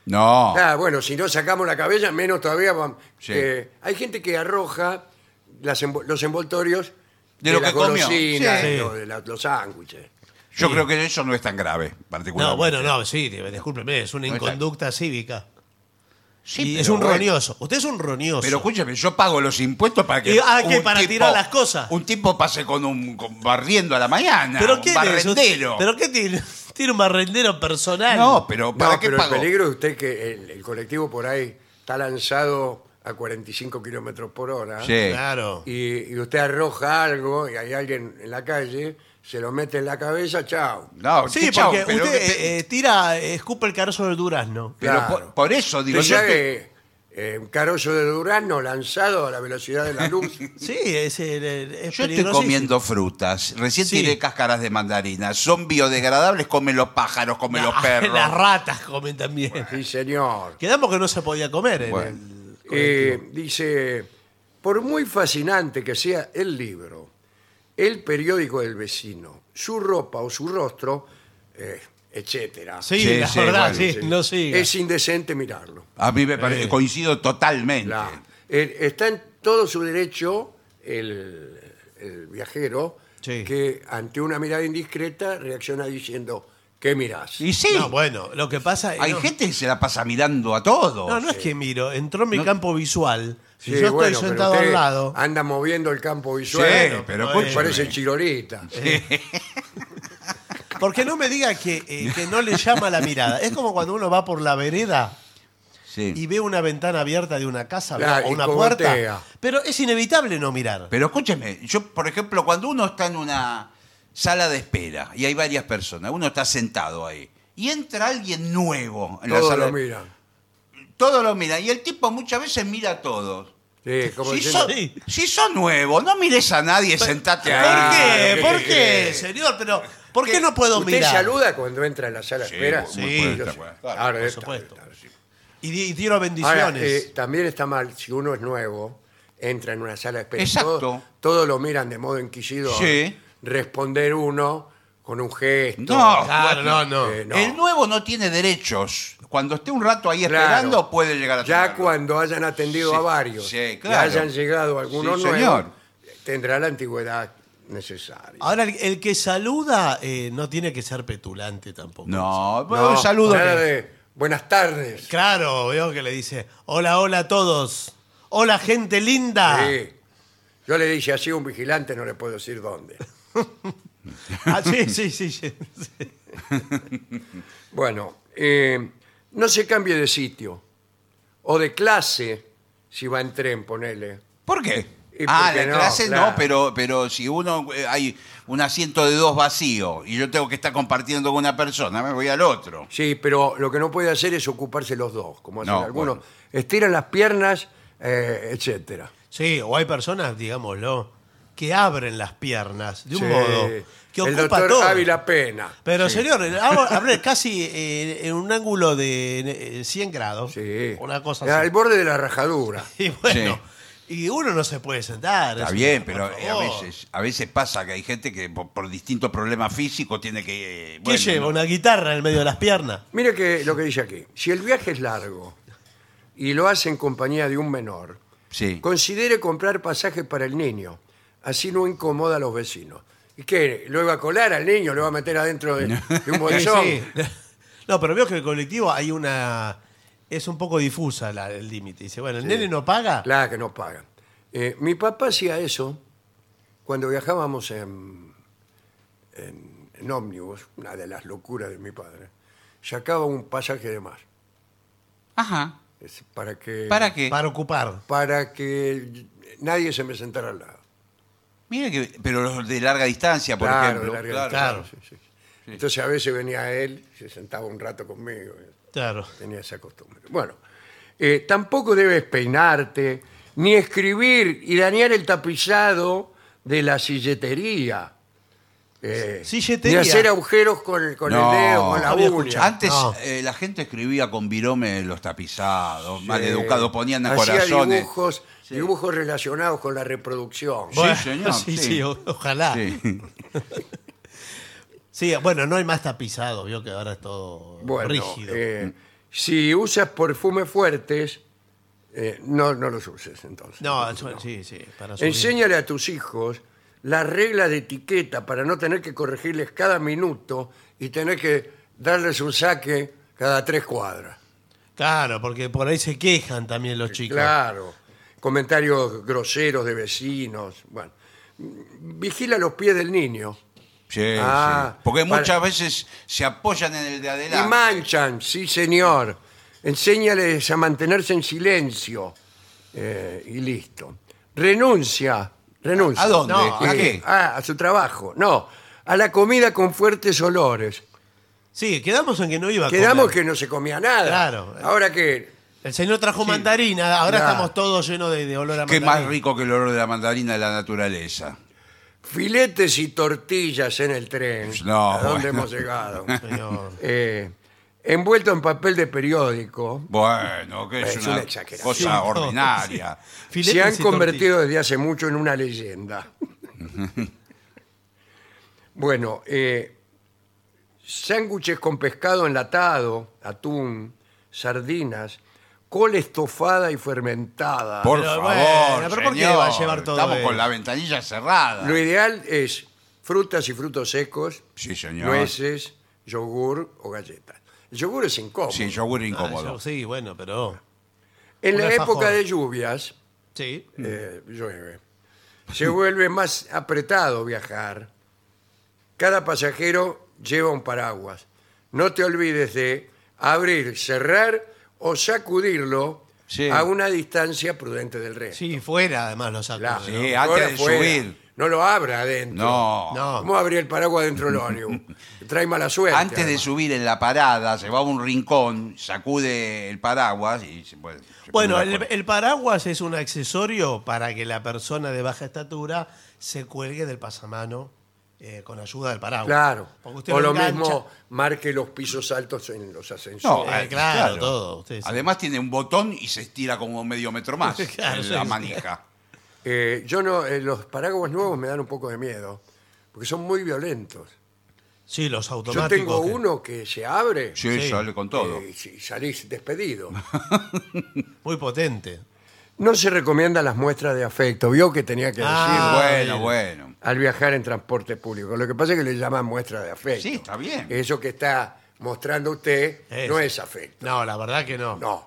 No. Ah, bueno, si no sacamos la cabeza, menos todavía. vamos- Sí. eh, hay gente que arroja las envo- los envoltorios De lo la que comió. golosina, Sí. de lo- de la- los sándwiches. Yo Sí. creo que eso no es tan grave, particularmente. No, bueno, no, sí, discúlpeme, es una No está- inconducta cívica. Sí, y pero es un bueno. roñoso. Usted es un roñoso. Pero escúcheme, yo pago los impuestos para que. Y- ah, ¿qué? un Para tirar las cosas. Un tipo pase con un con barriendo a la mañana. ¿Pero un qué es? barrendero. ¿Pero qué tiene? Tiene un barrendero personal. No, pero ¿para No, qué pero pago? el peligro es usted que el, el colectivo por ahí está lanzado a cuarenta y cinco kilómetros por hora. Sí. Claro. Y, y usted arroja algo y hay alguien en la calle, se lo mete en la cabeza, chao. No, Sí, qué chau, porque pero usted qué- eh, eh, tira, eh, escupe el carozo del durazno. pero claro. por, por eso digo Usted yo. sabe, que- eh, un carozo de durazno lanzado a la velocidad de la luz. Sí, es, el- el- es Yo estoy peligrosísimo. comiendo frutas. Recién Sí. tiré cáscaras de mandarina. Son biodegradables, comen los pájaros, comen los Ah, perros. Las ratas comen también. Sí, señor. Quedamos que no se podía comer en Bueno. el Eh, colectivo. dice, por muy fascinante que sea el libro, el periódico del vecino, su ropa o su rostro, eh, etcétera. Sí, Sí, la sí, verdad, bueno, sí, no siga. Es indecente mirarlo. A mí me parece, Eh. coincido totalmente. Claro. Eh, está en todo su derecho el, el viajero Sí. que ante una mirada indiscreta reacciona diciendo, ¿qué mirás? Y sí, No, bueno, lo que pasa es hay no, gente que se la pasa mirando a todo. No, no es que miro, entró en mi No. campo visual. Si Sí, yo estoy bueno, pero sentado usted al lado. anda moviendo el campo visual. Sí, Bueno, pero pues escúcheme. parece chirolita. Porque no me diga que, eh, que no le llama la mirada. Es como cuando uno va por la vereda Sí. y ve una ventana abierta de una casa Claro, o y una cogotea. puerta. Pero es inevitable no mirar. Pero escúcheme, yo, por ejemplo, cuando uno está en una sala de espera y hay varias personas, uno está sentado ahí y entra alguien nuevo en la Todos sala. lo de- miran. Todos lo miran y el tipo muchas veces mira a todos. Sí, como Si diciendo, sos, Sí. si sos nuevo, no mires a nadie, sentate ¿Por ahí. qué? ¿qué ¿Por qué qué, querés? señor? Pero ¿por qué ¿qué? no puedo ¿Usted mirar? saluda cuando entra en la sala de Sí, espera? muy Sí, puesta, Yo sé. claro. Claro, por está, supuesto. está, sí. Y, di- y tiro bendiciones. Ahora, eh, también está mal, si uno es nuevo, entra en una sala de espera. Exacto. Todos, todos lo miran de modo inquisidor. Sí. Responder uno con un gesto. No, Claro, no, no. Eh, no. El nuevo no tiene derechos. Cuando esté un rato ahí Claro. esperando, puede llegar a Ya tenerlo. cuando hayan atendido Sí, a varios sí, y claro. hayan llegado algunos Sí, nuevos, señor. tendrá la antigüedad necesaria. Ahora, el, el que saluda eh, no tiene que ser petulante tampoco. No, bueno, No, un saludo. nada que- de buenas tardes. Claro, veo que le dice, hola, hola a todos. Hola, gente linda. Sí. Yo le dije así a un vigilante, no le puedo decir dónde. Ah, sí, sí, sí, sí. Bueno, eh, no se cambie de sitio o de clase si va en tren, ponele. ¿Por qué? Y Ah, porque la no, clase claro. no, pero, pero si uno eh, hay un asiento de dos vacío y yo tengo que estar compartiendo con una persona, me voy al otro. Sí, pero lo que no puede hacer es ocuparse los dos, como hacen No, algunos. bueno. Estiran las piernas, eh, etcétera. Sí, o hay personas, digámoslo, que abren las piernas de un Sí. modo que El ocupa doctor todo. Ávila Pena. Pero señor, abro- abre casi eh, en un ángulo de eh, cien grados. Sí. Una cosa Al así. borde de la rajadura. Y bueno, y uno no se puede sentar. Está eso, bien, por pero eh, a favor. veces, a veces pasa que hay gente que por, por distintos problemas físicos tiene que... eh, ¿Qué bueno, lleva? no. ¿Una guitarra en el medio de las piernas? Mire que lo que dice aquí. Si el viaje es largo y lo hace en compañía de un menor, Sí. considere comprar pasaje para el niño. Así no incomoda a los vecinos. ¿Y qué? ¿Lo iba a colar al niño? ¿Lo va a meter adentro de, de un bolsón? Sí, sí. No, pero veo que en el colectivo hay una... Es un poco difusa la- el límite. Dice, bueno, el nene no paga. Claro que no pagan. Eh, mi papá hacía eso cuando viajábamos en, en, en ómnibus, una de las locuras de mi padre. Sacaba un pasaje de más. Ajá. Es para que, ¿Para qué? Para ocupar. para que nadie se me sentara al lado. Mira que... Pero los de larga distancia, por Claro, ejemplo. de larga claro. claro. distancia, sí, sí. Entonces a veces venía él, se sentaba un rato conmigo. Claro. Tenía esa costumbre. Bueno, eh, tampoco debes peinarte, ni escribir y dañar el tapizado de la silletería. Eh, Silletería. Ni hacer agujeros con, el- con No. el dedo, con la Había uña. escuchado. Antes No. eh, la gente escribía con virome los tapizados, Sí. maleducados, ponían Hacía corazones. dibujos, dibujos relacionados con la reproducción. Sí, señor, Sí, sí. sí, o- ojalá. Sí. Sí. bueno, no hay más tapizado. Vio que ahora es todo Bueno, rígido. eh, Si usas perfumes fuertes, eh, no, no los uses entonces. No, eso- sí, sí. Para subir. Enséñale a tus hijos las reglas de etiqueta para no tener que corregirles cada minuto y tener que darles un saque cada tres cuadras. Claro, porque por ahí se quejan también los chicos. Claro. Comentarios groseros de vecinos. Bueno, vigila los pies del niño. Sí, Ah, sí. Porque para- muchas veces se apoyan en el de Y adelante. manchan, sí señor. Enséñales a mantenerse en silencio. Eh, y listo. Renuncia. Renuncia. ¿A dónde? No, ¿A Eh, qué? ah, a su trabajo. No, a la comida con fuertes olores. Sí, quedamos en que no iba a Quedamos comer. que no se comía nada. Claro. Ahora que El señor trajo mandarina, ahora Claro. estamos todos llenos de, de olor a Qué mandarina. más rico que el olor de la mandarina de la naturaleza. filetes y tortillas en el tren. No, ¿A dónde bueno. hemos llegado? Señor. Eh, envuelto en papel de periódico. Bueno, que es, Es una, una exageración. cosa Sí, no, ordinaria. Filetes Se han y convertido desde hace mucho en una leyenda. Bueno, eh, sándwiches con pescado enlatado, atún, sardinas, col estofada y fermentada. Por Pero favor, bueno, pero ¿por qué señor. va a llevar todo Estamos eso? con la ventanilla cerrada. Lo ideal es frutas y frutos secos, Sí, señor. nueces, yogur o galletas. El yogur es incómodo. Sí, yogur tortillas. Ah, incómodo. yo- sí, bueno, pero... En un la alfajor. época de lluvias, Sí. eh, llueve, se vuelve más apretado viajar. Cada pasajero lleva un paraguas. No te olvides de abrir, cerrar o sacudirlo Sí. a una distancia prudente del resto. Sí, fuera además los sacos. Claro, Sí, ¿no? antes Ahora de fuera. subir. No lo abra adentro. No. No. ¿Cómo abrir el paraguas dentro del ómnibus? Trae mala suerte. Antes de además. subir en la parada, se va a un rincón, sacude el paraguas y se puede. se Bueno, pone la el, cola. el paraguas es un accesorio para que la persona de baja estatura se cuelgue del pasamano eh, con ayuda del paraguas. Claro. Porque usted O lo engancha. mismo marque los pisos altos en los No, ascensores. Eh, eh, claro, todo, usted sí. Además tiene un botón y se estira como medio metro más Claro, en sí, la sí. manija. Eh, yo no, eh, los paraguas nuevos me dan un poco de miedo, porque son muy violentos. Sí, los Yo automáticos. tengo que- uno que se abre Sí, Sí. sale con todo. eh, y salís despedido. Muy potente. No se recomiendan las muestras de afecto. Vio que tenía que Ah, decir bueno, bien. bueno. al viajar en transporte público. Lo que pasa es que le llaman muestra de afecto. Sí, está bien. Eso que está mostrando usted Eso. no es afecto. No, la verdad que no. No.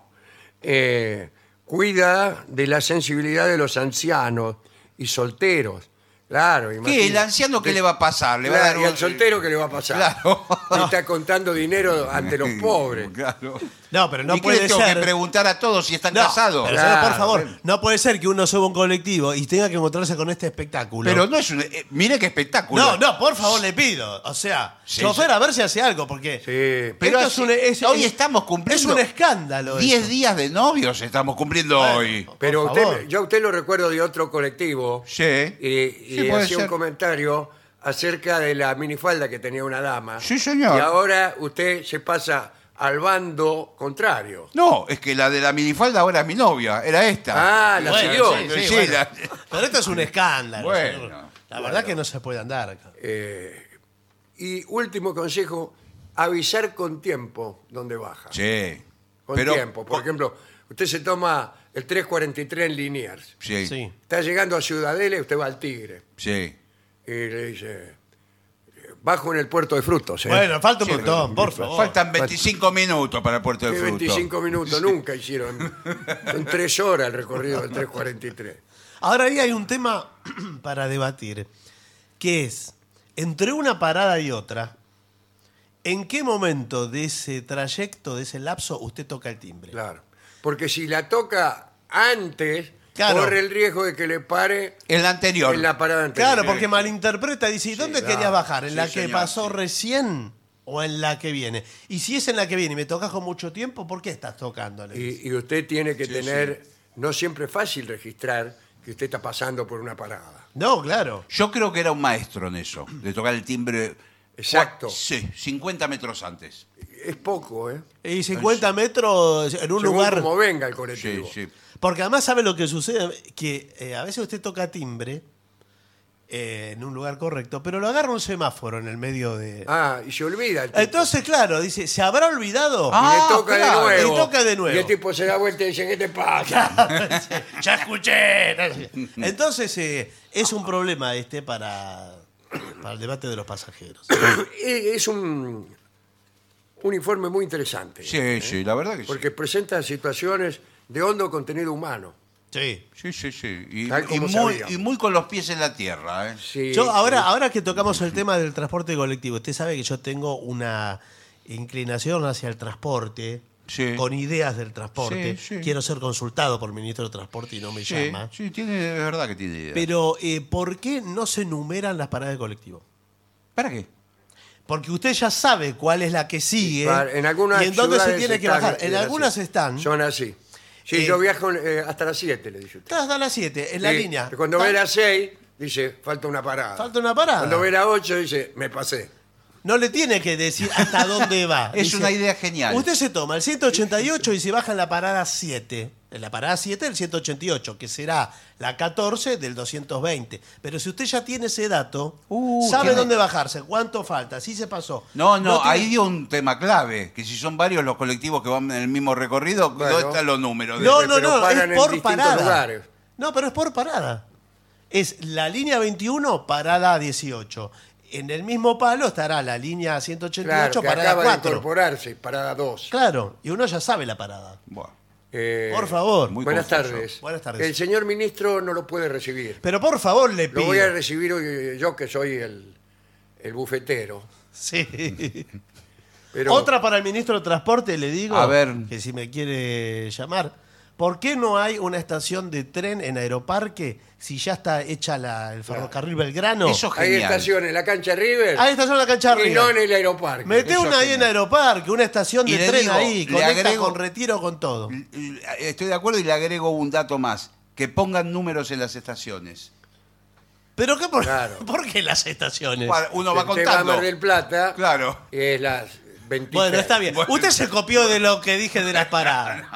Eh, cuida de la sensibilidad de los ancianos y solteros. Claro, ¿Qué? imagínate. ¿El anciano qué le va a pasar? ¿Le va a Claro, dar y un- al soltero qué le va a pasar. Claro. Y está contando dinero ante los pobres. Claro. No, pero no ¿Y qué puede le tengo ser. que preguntar a todos si están No, casados? pero Pero, señor, por Claro, favor, bueno. no puede ser que uno suba un colectivo y tenga que encontrarse con este espectáculo. no es un... eh, mire qué espectáculo. No, no, por favor, le pido. O sea, Sí, chofer, sí. a ver si hace algo, porque. Sí. Pero esto así- es un- es- hoy es- estamos cumpliendo Es un escándalo. diez esto. días de novios estamos cumpliendo Bueno, hoy. por Pero favor. usted, yo a usted lo recuerdo de otro colectivo Sí. y, y Sí, puede hacía un ser. comentario acerca de la minifalda que tenía una dama. Sí, señor. Y ahora usted se pasa al bando contrario. No, es que la de la minifalda ahora es mi novia, era esta. Ah, la Bueno, siguió. sí, sí, Sí, bueno. la- Pero esto es un escándalo. Bueno, señor. La verdad que no se puede andar acá. Eh, y último consejo, avisar con tiempo dónde baja. Sí. Con Pero- tiempo. Por ejemplo, usted se toma el tres cuarenta y tres en Liniers. Sí, sí. Sí. Está llegando a Ciudadela y usted va al Tigre. Y le dice, bajo en el puerto de frutos. ¿eh? Bueno, falta un Sí, montón, por pero- favor. Faltan veinticinco minutos para el puerto de Que fruto. veinticinco minutos nunca hicieron. Son tres horas el recorrido del tres cuarenta y tres. Ahora ahí hay un tema para debatir, que es, entre una parada y otra, ¿en qué momento de ese trayecto, de ese lapso, usted toca el timbre? Claro. Porque si la toca antes, Claro. corre el riesgo de que le pare En la anterior. en la parada anterior. Claro, porque malinterpreta, dice, ¿y dónde claro. querías bajar? ¿En Sí, la que señor, pasó sí. recién o en la que viene? Y si es en la que viene y me tocas con mucho tiempo, ¿por qué estás tocando? Le dice. Y, y usted tiene que Sí, tener, no siempre es fácil registrar que usted está pasando por una parada. No, claro. Yo creo que era un maestro en eso, de tocar el timbre. Exacto. Sí, cincuenta metros antes. Es poco, ¿eh? Y cincuenta metros en un Según lugar... como venga el Sí, colectivo. sí. Porque además sabe lo que sucede, que eh, a veces usted toca timbre eh, en un lugar correcto, pero lo agarra un semáforo en el medio de... Ah, y se olvida el tipo. Entonces, claro, dice, ¿se habrá olvidado? Ah, y le toca claro. de nuevo. Y toca de nuevo. Y el tipo se da vuelta y dice, ¿qué te pasa? Ya escuché. Entonces, eh, es un problema este para, para el debate de los pasajeros. Es un, un informe muy interesante. Sí, sí, la verdad que sí. Porque presenta situaciones de hondo contenido humano. Sí. Sí, sí, sí. Y, Tal y como muy, sabíamos. y muy con los pies en la tierra, ¿eh? Sí, Yo ahora, sí. ahora que tocamos el tema del transporte colectivo, usted sabe que yo tengo una inclinación hacia el transporte, Sí. con ideas del transporte. Sí, sí. Quiero ser consultado por el ministro de Transporte y no me Sí, llama. sí, tiene, es verdad que tiene idea. Pero, eh, ¿por qué no se numeran las paradas de colectivo? ¿Para qué? Porque usted ya sabe cuál es la que sigue Para- En algunas y en dónde se ciudades tiene que están- bajar. En es algunas así. están. Son así. Sí, Eh, yo viajo eh, hasta las siete, le dice usted. Hasta las siete, en la Sí, línea. y Cuando Ta- ve las seis, dice, falta una parada. Falta una parada. Cuando ve las ocho, dice, me pasé. No le tiene que decir hasta dónde va. Es Dice, una idea genial. Usted se toma el ciento ochenta y ocho y se baja en la parada siete. En la parada siete del ciento ochenta y ocho, que será la catorce del doscientos veinte. Pero si usted ya tiene ese dato, Uh, sabe tiene- dónde bajarse, cuánto falta, si se pasó. No, no, tiene- ahí dio un tema clave, que si son varios los colectivos que van en el mismo recorrido, Bueno. ¿dónde están los números? de- No, Pero no, no, paran es en por distintos parada. lugares. No, pero es por parada. Es la línea veintiuno, parada dieciocho. En el mismo palo estará la línea ciento ochenta y Claro, ocho, que parada acaba de cuatro. incorporarse, parada dos. Claro, y uno ya sabe la parada. Buah, Eh, Por favor. muy buenas confuso. tardes. Buenas tardes. El señor ministro no lo puede recibir. Pero por favor le Lo pido. voy a recibir hoy, yo, que soy el, el bufetero. Sí. Pero, Otra para el ministro de Transporte, le digo. A ver. Que si me quiere llamar. ¿Por qué no hay una estación de tren en Aeroparque si ya está hecha la, el ferrocarril Belgrano? Eso es hay genial. estaciones en la cancha River Hay estación en la cancha y arriba. no en el aeroparque. Mete Eso una es ahí en genial. Aeroparque, una estación Y de le tren digo, ahí, le conecta agrego- con retiro, con todo. Estoy de acuerdo y le agrego un dato más, que pongan números en las estaciones. ¿Pero qué por, Claro. ¿por qué las estaciones? Para- Uno va Usted a contando. Mar del Plata, Claro. es las veintitrés. Bueno, está bien. Bueno. Usted se copió de lo que dije de las paradas.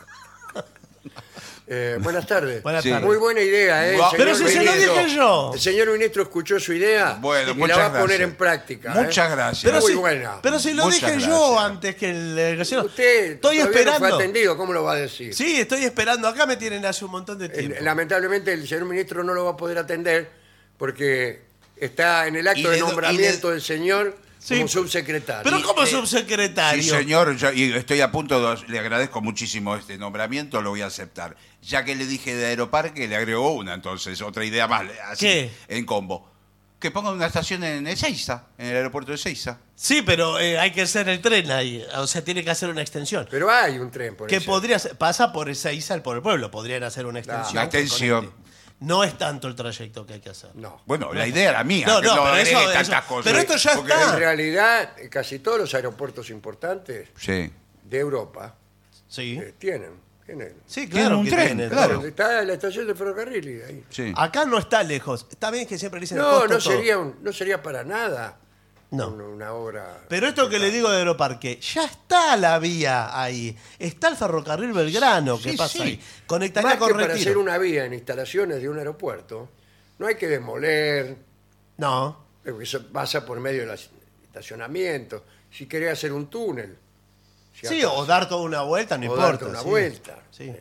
Eh, buenas tardes. Buenas Sí. tardes. Muy buena idea, ¿eh? Pero señor si se lo ministro. dije yo. El señor ministro escuchó su idea Bueno, y la muchas va a poner gracias. en práctica. Muchas ¿eh? gracias. Pero Muy si, buena. pero si lo Muchas dije gracias. yo antes que el... el señor. Usted Estoy todavía no esperando. fue atendido, ¿cómo lo va a decir? Sí, estoy esperando. Acá me tienen hace un montón de Eh, tiempo. Lamentablemente el señor ministro no lo va a poder atender porque está en el Y acto le de do- y nombramiento le- del señor Sí. como subsecretario. Pero como eh, subsecretario. Sí, señor, yo- y estoy a punto de... Le agradezco muchísimo este nombramiento, lo voy a aceptar. Ya que le dije de Aeroparque, le agrego una, entonces, otra idea más, así, ¿Qué? en combo. Que pongan una estación en Ezeiza, en el aeropuerto de Ezeiza. Sí, pero eh, hay que hacer el tren ahí. O sea, tiene que hacer una extensión. Pero hay un tren por Que ese. podría ser- pasa por Ezeiza, por el pueblo. Podrían hacer una extensión. La que extensión. conecte. No es tanto el trayecto que hay que hacer. No. Bueno, la idea era mía, No, que no, no, pero agregue eso- tantas eso- cosas. pero esto ya Porque- está. En realidad, eh, casi todos los aeropuertos importantes Sí. de Europa Sí. eh, tienen. tienen. Sí, Tienen claro. un que tren, tiene. claro. Donde está la estación de ferrocarril y ahí. Sí. Acá no está lejos. Está bien que siempre le dicen el No, costo no todo. sería, un- no sería para nada No. una, una obra. Pero esto que le digo de Aeroparque, ya está la vía ahí. Está el ferrocarril Belgrano que Sí, pasa sí. ahí. Conectaría Más con que para hacer Retiro. una vía en instalaciones de un aeropuerto, no hay que demoler, No. porque eso pasa por medio del estacionamiento. Si querés hacer un túnel. si Sí, acaso, o dar toda una vuelta, no o importa. darte una sí. vuelta. Sí. Eh,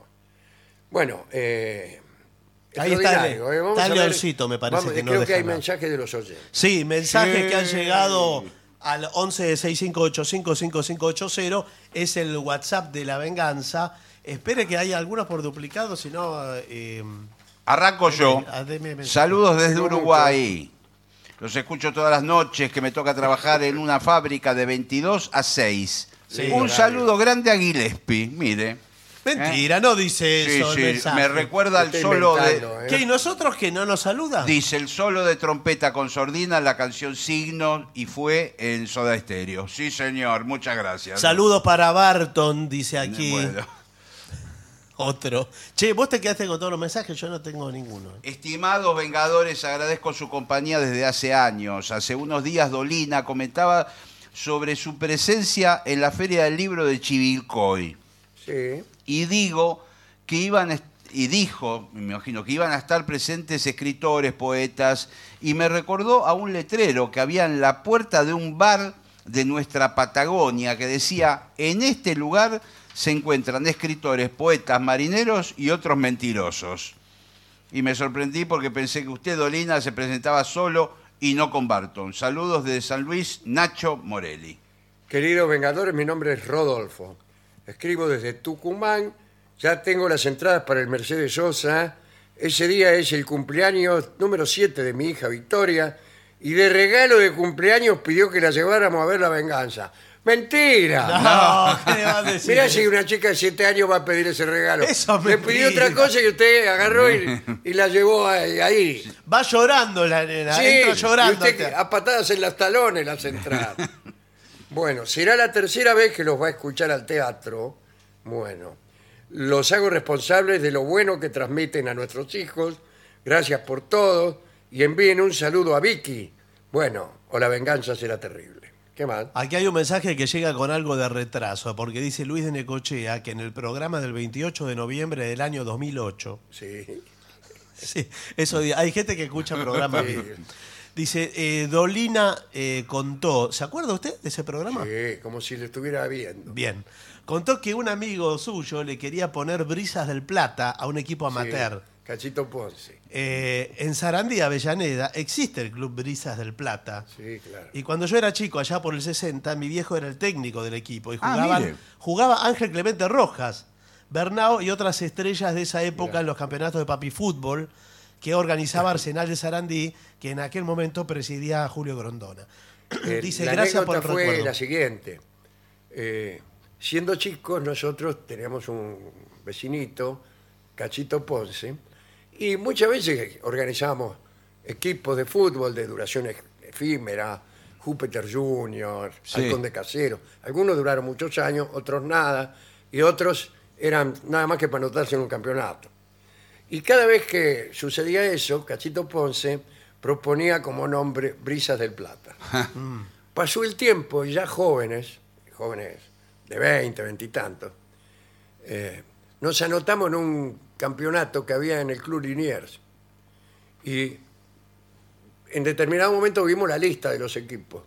Bueno, eh, Ahí está el- extraordinario, eh. Vamos está a el ver- leoncito, me parece vamos, que no creo deja que hay nada. mensajes de los oyentes. Sí, mensajes Sí. que han llegado al once sesenta y cinco ochenta y cinco cincuenta y cinco ochenta. Es el WhatsApp de La Venganza. Espere que haya algunos por duplicado, si no... eh, Arranco yo. ah, deme mensaje. Saludos desde No Uruguay. Los escucho todas las noches que me toca trabajar en una fábrica de veintidós a seis. Sí, Un horario. saludo grande a Gillespie, mire. Mentira, no dice Sí, eso el sí, mensaje. me recuerda al Estoy solo de... inventando, ¿eh? ¿Qué, y nosotros que no nos saluda? Dice el solo de trompeta con sordina, la canción Signo, y fue en Soda Stereo. Sí, señor, muchas gracias. Saludos para Barton, dice aquí. Bueno. Otro. Che, vos te quedaste con todos los mensajes, yo no tengo ninguno. Estimados Vengadores, agradezco su compañía desde hace años. Hace unos días Dolina comentaba sobre su presencia en la Feria del Libro de Chivilcoy. Sí. Y digo que iban, est- y dijo, me imagino, que iban a estar presentes escritores, poetas, y me recordó a un letrero que había en la puerta de un bar de nuestra Patagonia que decía: en este lugar se encuentran escritores, poetas, marineros y otros mentirosos. Y me sorprendí porque pensé que usted, Dolina, se presentaba solo y no con Barton. Saludos desde San Luis, Nacho Morelli. Queridos Vengadores, mi nombre es Rodolfo. Escribo desde Tucumán. Ya tengo las entradas para el Mercedes Sosa. Ese día es el cumpleaños número siete de mi hija Victoria. Y de regalo de cumpleaños pidió que la lleváramos a ver La Venganza. ¡Mentira! No, ¿qué le va a decir? Mirá si una chica de siete años va a pedir ese regalo. Eso es Le pidió mentira. otra cosa y usted agarró y, y la llevó ahí. ahí. Va llorando la nena, Sí, entra llorando. y usted al a patadas en los talones las entradas. Bueno, será la tercera vez que los va a escuchar al teatro. Bueno, los hago responsables de lo bueno que transmiten a nuestros hijos. Gracias por todo. Y envíen un saludo a Vicky. Bueno, o La Venganza será terrible. ¿Qué más? Aquí hay un mensaje que llega con algo de retraso, porque dice Luis de Necochea que en el programa del veintiocho de noviembre del año dos mil ocho, Sí. sí, eso di- hay gente que escucha programas. Sí. Dice, eh, Dolina eh, contó, ¿se acuerda usted de ese programa? Sí, como si lo estuviera viendo. Bien. Contó que un amigo suyo le quería poner Brisas del Plata a un equipo amateur. Sí, Cachito Ponce. Eh, en Sarandí, Avellaneda, existe el Club Brisas del Plata. Sí, claro. Y cuando yo era chico, allá por el sesenta, mi viejo era el técnico del equipo y Ah, jugaban, mire. jugaba Ángel Clemente Rojas, Bernao y otras estrellas de esa época Mirá. en los campeonatos de papi fútbol que organizaba Arsenal de Sarandí, que en aquel momento presidía Julio Grondona. Eh, Dice, la gracias por el anécdota fue recuerdo. la siguiente. Eh, siendo chicos, nosotros teníamos un vecinito, Cachito Ponce, y muchas veces organizábamos equipos de fútbol de duración ef- efímera, Júpiter Junior, Sí. Halcón de Casero. Algunos duraron muchos años, otros nada, y otros eran nada más que para anotarse en un campeonato. Y cada vez que sucedía eso, Cachito Ponce proponía como nombre Brisas del Plata. Pasó el tiempo y ya jóvenes, jóvenes de veinte, veinte y tantos, eh, nos anotamos en un campeonato que había en el Club Liniers. Y en determinado momento vimos la lista de los equipos.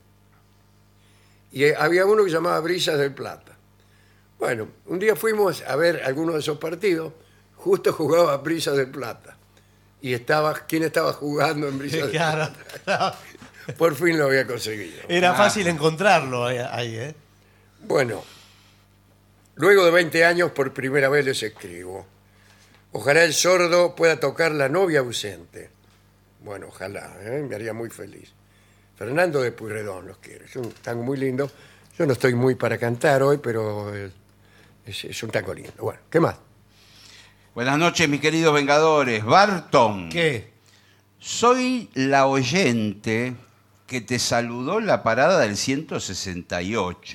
Y eh, había uno que se llamaba Brisas del Plata. Bueno, un día fuimos a ver algunos de esos partidos, justo jugaba Brisas del Plata. Y estaba, ¿quién estaba jugando en Brisas del Claro, Plata? Por fin lo había conseguido. era Ah. fácil encontrarlo ahí, ahí, ¿eh? Bueno, luego de veinte años por primera vez les escribo. Ojalá el sordo pueda tocar La novia ausente. Bueno, ojalá, ¿eh? Me haría muy feliz. Fernando de Pueyrredón los quiere. Es un tango muy lindo. Yo no estoy muy para cantar hoy, pero eh, es, es un tango lindo. Bueno, ¿qué más? Buenas noches, mis queridos Vengadores. Barton. ¿Qué? Soy la oyente que te saludó en la parada del ciento sesenta y ocho.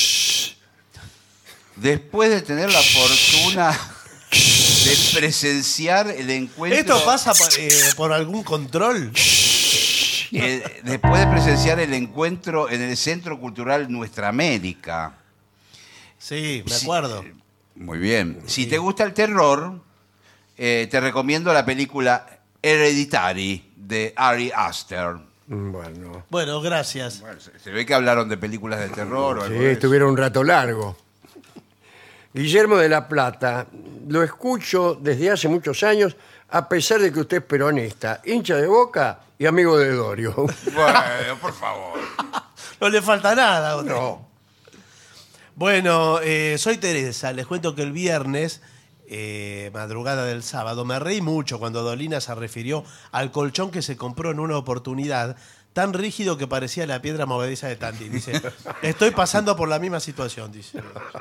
Después de tener la fortuna de presenciar el encuentro. ¿Esto pasa por, eh, por algún control? eh, después de presenciar el encuentro en el Centro Cultural Nuestra América. Sí, me Sí, acuerdo. eh, Muy bien. Si te gusta el terror, eh, te recomiendo la película Hereditary de Ari Aster. Bueno, Bueno, gracias. Bueno, se, se ve que hablaron de películas de terror o sí, algo de eso. estuvieron un rato largo. Guillermo de la Plata, lo escucho desde hace muchos años, a pesar de que usted es peronista, hincha de Boca y amigo de Dorio. Bueno, por favor. No le falta nada. ¿o No. Bueno, eh, soy Teresa. Les cuento que el viernes, eh, madrugada del sábado, me reí mucho cuando Dolina se refirió al colchón que se compró en una oportunidad tan rígido que parecía la piedra movediza de Tandil. Dice, estoy pasando por la misma situación, dice.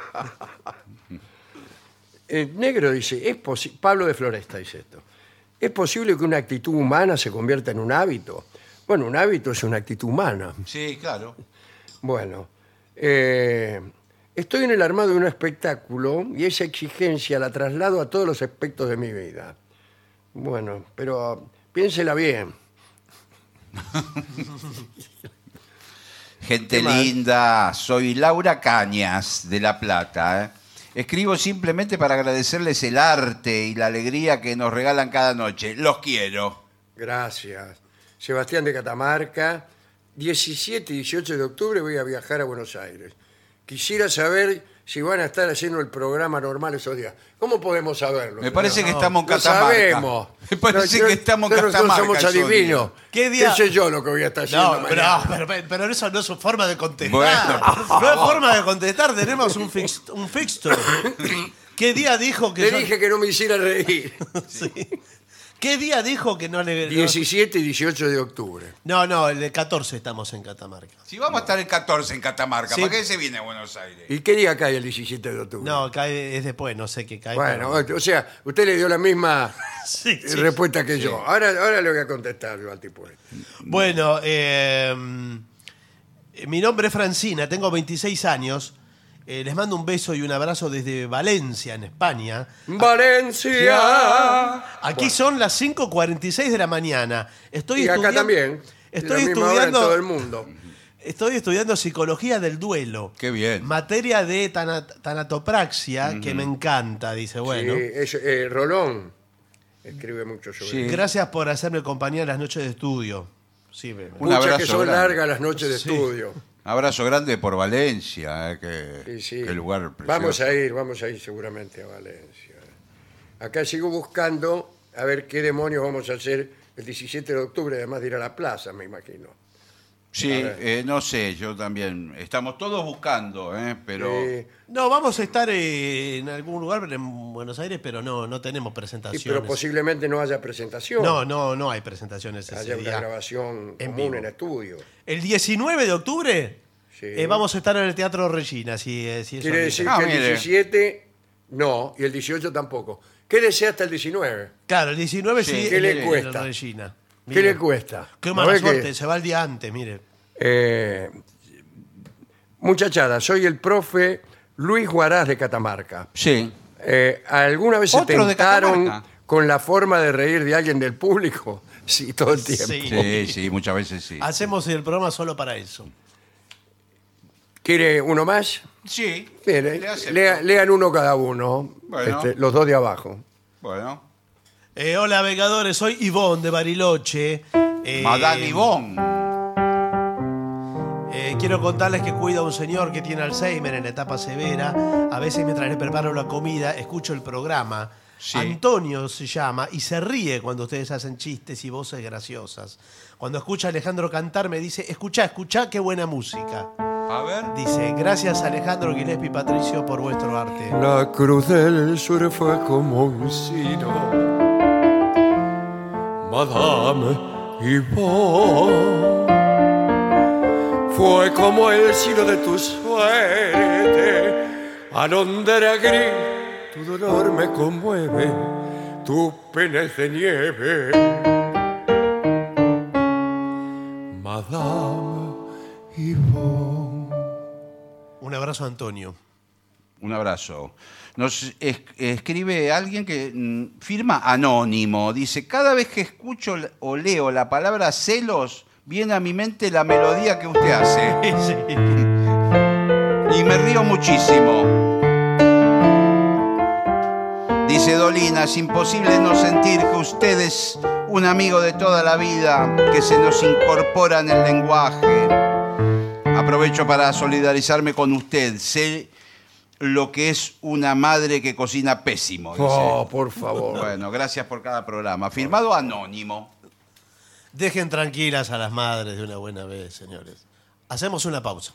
El negro dice, es posi- Pablo de Floresta dice esto. ¿Es posible que una actitud humana se convierta en un hábito? Bueno, un hábito es una actitud humana. Sí, claro. Bueno, eh, estoy en el armado de un espectáculo y esa exigencia la traslado a todos los aspectos de mi vida. Bueno, pero piénsela bien. Gente ¿Qué más? linda, soy Laura Cañas de La Plata. ¿eh? Escribo simplemente para agradecerles el arte y la alegría que nos regalan cada noche. Los quiero. Gracias. Sebastián de Catamarca, diecisiete y dieciocho de octubre voy a viajar a Buenos Aires. Quisiera saber si van a estar haciendo el programa normal esos días. ¿Cómo podemos saberlo? Me parece No, que estamos en lo Catamarca. sabemos. Me parece No, que yo- estamos en nosotros Catamarca. somos esos adivinos. días. ¿Qué día? sé yo lo que voy a estar haciendo No, pero, mañana? pero, pero eso no es su forma de contestar. Bueno, no es forma de contestar, tenemos un, fix, un fixture. ¿Qué día dijo que Le yo- dije que no me hiciera reír. Sí. ¿Qué día dijo que no le... diecisiete y dieciocho de octubre. No, no, el de catorce estamos en Catamarca. Si vamos a estar el catorce en Catamarca, Sí. ¿para qué se viene a Buenos Aires? ¿Y qué día cae el diecisiete de octubre? No, cae, es después, no sé qué cae. Bueno, pero- o sea, usted le dio la misma Sí, sí. respuesta que yo. Ahora, ahora le voy a contestar yo al tipo este. Bueno, eh, mi nombre es Francina, tengo veintiséis años. Eh, les mando un beso y un abrazo desde Valencia, en España. ¡Valencia! Aquí son las cinco cuarenta y seis de la mañana. Estoy Y acá estudiando- también. Estoy la misma hora en estudiando, todo el mundo. estoy estudiando psicología del duelo. Qué bien. Materia de tana- tanatopraxia, que me encanta, dice. Bueno, Sí, es, eh, Rolón escribe mucho sobre Sí. eso. gracias por hacerme compañía en las noches de estudio. Sí, me- Un Pucha, abrazo que son grande. largas las noches de estudio. Abrazo grande por Valencia, eh, que, Sí, sí. qué lugar precioso. Vamos a ir, vamos a ir seguramente a Valencia. Acá sigo buscando a ver qué demonios vamos a hacer el diecisiete de octubre, además de ir a la plaza, me imagino. Sí, A ver. eh, no sé, yo también. Estamos todos buscando, eh, pero... Eh, No, vamos a estar eh, en algún lugar en Buenos Aires, pero no, no tenemos sí, presentaciones. pero posiblemente no haya presentación. No, no, no hay presentaciones ese haya una día. grabación en común vivo. en estudio. El diecinueve de octubre Sí. eh, vamos a estar en el Teatro Regina, si, eh, si eso Quiere avisa. decir Ah, que el mire. diecisiete no, y el dieciocho tampoco. Quédese hasta el diecinueve. Claro, el diecinueve Sí, sí, ¿qué en le el- en cuesta? el Regina. ¿Qué Mire, le cuesta? Qué ¿No mala ve que- suerte, se va el día antes, mire. Eh, muchachada, soy el profe Luis Huaraz de Catamarca. Sí. Eh, ¿Alguna vez se ¿Otro de tentaron Catamarca? con la forma de reír de alguien del público? Sí, todo el tiempo. Sí. Sí, sí, muchas veces sí. Hacemos el programa solo para eso. ¿Quiere uno más? Sí. Bien, le eh, acepto. lea- lean uno cada uno, Bueno. este, los dos de abajo. Bueno. Eh, hola, Vengadores, soy Ivonne de Bariloche. Eh, Madame Ivonne. Eh, quiero contarles que cuida a un señor que tiene Alzheimer en etapa severa. A veces mientras le preparo la comida, escucho el programa. Sí. Antonio se llama y se ríe cuando ustedes hacen chistes y voces graciosas. Cuando escucha a Alejandro cantar me dice, escuchá, escuchá, qué buena música. A ver. Dice, gracias Alejandro, Gillespie y Patricio por vuestro arte. La cruz del sur fue como un sino, Madame Yvonne. Fue como el sino de tu suerte, alondra gris, tu dolor me conmueve, tu pena es de nieve. Madame Yvonne. Un abrazo a Antonio. Un abrazo. Nos es- escribe alguien que mm, firma anónimo. Dice, cada vez que escucho o leo la palabra celos, viene a mi mente la melodía que usted hace. Sí. Y me río muchísimo. Dice Dolina, es imposible no sentir que usted es un amigo de toda la vida, que se nos incorpora en el lenguaje. Aprovecho para solidarizarme con usted. Sé lo que es una madre que cocina pésimo. Dice. Oh, por favor. Bueno, gracias por cada programa. Firmado anónimo. Dejen tranquilas a las madres de una buena vez, señores. Hacemos una pausa.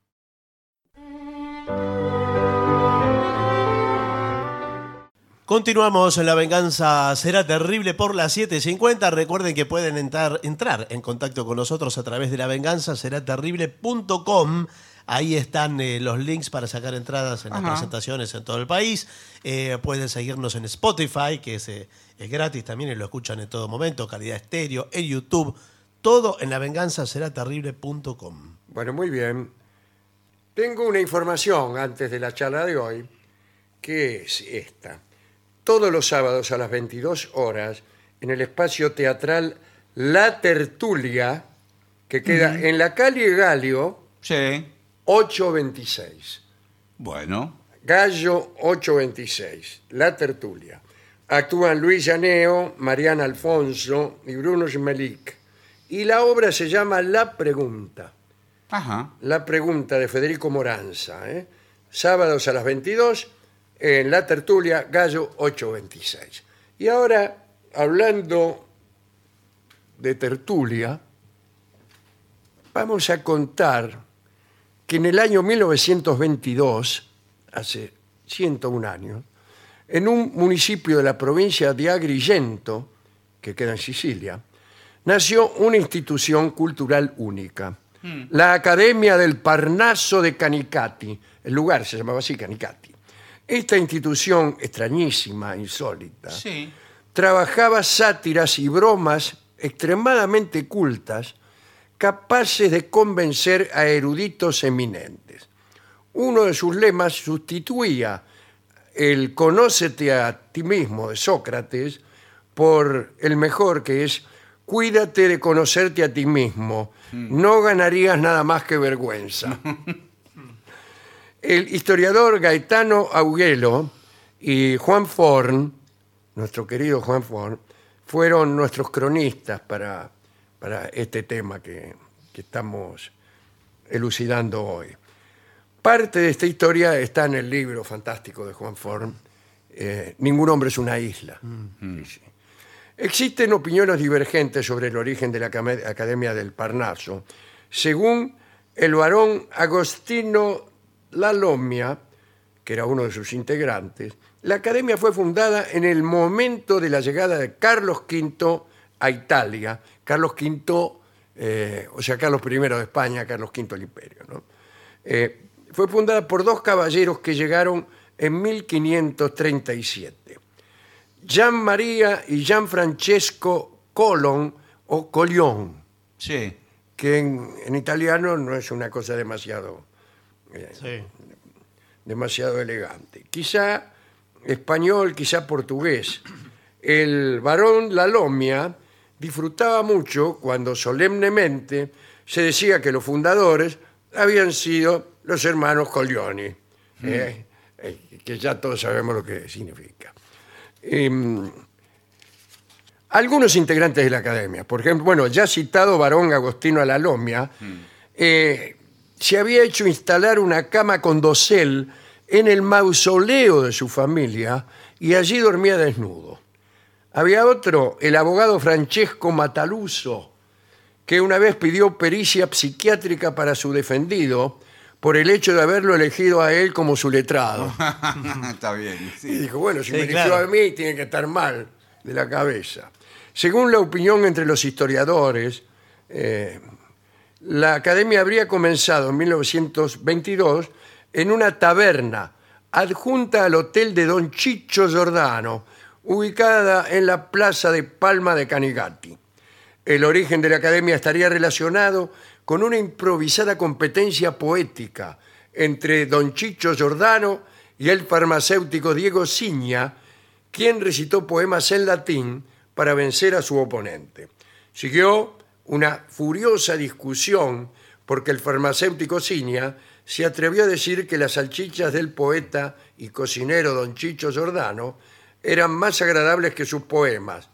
Continuamos en La Venganza Será Terrible por las siete cincuenta. Recuerden que pueden entrar, entrar en contacto con nosotros a través de la venganza será terrible punto com. Ahí están eh, los links para sacar entradas en las Ajá. presentaciones en todo el país. Eh, pueden seguirnos en Spotify, que es, eh, es gratis también y lo escuchan en todo momento. Calidad estéreo, en YouTube. Todo en la venganza será terrible punto com. Bueno, muy bien. Tengo una información antes de la charla de hoy, que es esta. Todos los sábados a las veintidós horas, en el espacio teatral La Tertulia, que queda en la calle Galio Sí. ochocientos veintiséis. Bueno. Gallo ochocientos veintiséis, La Tertulia. Actúan Luis Llaneo, Mariana Alfonso y Bruno Schmelik. Y la obra se llama La Pregunta. Ajá. La Pregunta de Federico Moranza. ¿eh? Sábados a las veintidós en La Tertulia, Gallo ochocientos veintiséis. Y ahora, hablando de tertulia, vamos a contar que en el año mil novecientos veintidós, hace ciento un años, en un municipio de la provincia de Agrigento, que queda en Sicilia, nació una institución cultural única, mm. la Academia del Parnaso de Canicati. El lugar se llamaba así, Canicati. Esta institución extrañísima, insólita, Sí. trabajaba sátiras y bromas extremadamente cultas, capaces de convencer a eruditos eminentes. Uno de sus lemas sustituía el conócete a ti mismo de Sócrates por el mejor, que es cuídate de conocerte a ti mismo, no ganarías nada más que vergüenza. El historiador Gaetano Auguelo y Juan Forn, nuestro querido Juan Forn, fueron nuestros cronistas para, para este tema que, que estamos elucidando hoy. Parte de esta historia está en el libro fantástico de Juan Forn, eh, Ningún hombre es una isla. Mm. Sí, sí. Existen opiniones divergentes sobre el origen de la Academia del Parnaso. Según el varón Agostino Lalomia, que era uno de sus integrantes, la Academia fue fundada en el momento de la llegada de Carlos quinto a Italia. Carlos quinto, eh, o sea, Carlos primero de España, Carlos quinto del Imperio, ¿no? Eh, fue fundada por dos caballeros que llegaron en mil quinientos treinta y siete. Gian Maria y Gian Francesco Colon o Collion, Sí. que en, en italiano no es una cosa demasiado, eh, Sí. demasiado elegante. Quizá español, quizá portugués. El varón Lalomia disfrutaba mucho cuando solemnemente se decía que los fundadores habían sido los hermanos Collioni, mm. eh, eh, que ya todos sabemos lo que significa. Eh, algunos integrantes de la Academia, por ejemplo, bueno, ya citado varón Agostino Lalomia, mm. eh, se había hecho instalar una cama con dosel en el mausoleo de su familia y allí dormía desnudo. Había otro, el abogado Francesco Mataluso, que una vez pidió pericia psiquiátrica para su defendido por el hecho de haberlo elegido a él como su letrado. Está bien. Sí. Y dijo, bueno, si Sí, me eligió claro. a mí, tiene que estar mal de la cabeza. Según la opinión entre los historiadores, eh, la Academia habría comenzado en mil novecientos veintidós en una taberna adjunta al hotel de Don Chicho Giordano, ubicada en la plaza de Palma de Canigati. El origen de la Academia estaría relacionado con una improvisada competencia poética entre Don Chicho Giordano y el farmacéutico Diego Signa, quien recitó poemas en latín para vencer a su oponente. Siguió una furiosa discusión porque el farmacéutico Signa se atrevió a decir que las salchichas del poeta y cocinero Don Chicho Giordano eran más agradables que sus poemas.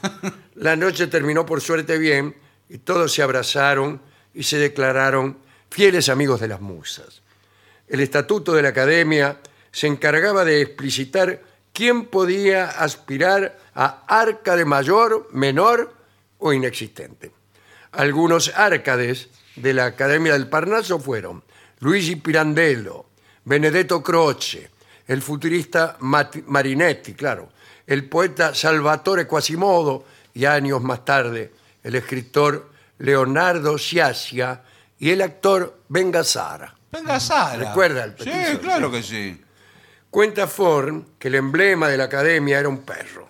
La noche terminó por suerte bien y todos se abrazaron y se declararon fieles amigos de las musas. El estatuto de la Academia se encargaba de explicitar quién podía aspirar a arca de mayor, menor o inexistente. Algunos árcades de la Academia del Parnaso fueron Luigi Pirandello, Benedetto Croce, el futurista Mat- Marinetti, claro, el poeta Salvatore Quasimodo y años más tarde el escritor Leonardo Sciascia y el actor Ben Gazzara. Ben Gazzara. ¿Recuerda el Sí, petiso? claro Sí. que sí. Cuenta Forn que el emblema de la Academia era un perro.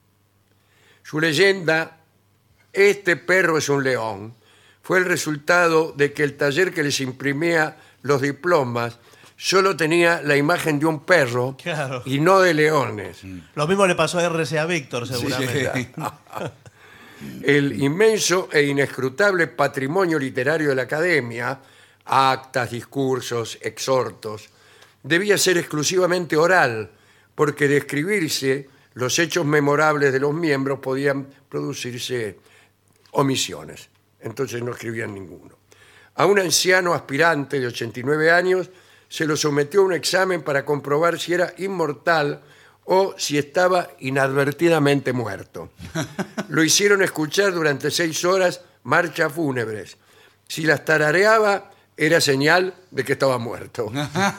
Su leyenda, este perro es un león, fue el resultado de que el taller que les imprimía los diplomas solo tenía la imagen de un perro Claro. y no de leones. Lo mismo le pasó a R C A Víctor, seguramente. El inmenso e inescrutable patrimonio literario de la Academia, actas, discursos, exhortos, debía ser exclusivamente oral, porque de escribirse los hechos memorables de los miembros podían producirse omisiones. Entonces no escribían ninguno. A un anciano aspirante de ochenta y nueve años se lo sometió a un examen para comprobar si era inmortal o si estaba inadvertidamente muerto. Lo hicieron escuchar durante seis horas marchas fúnebres. Si las tarareaba, era señal de que estaba muerto.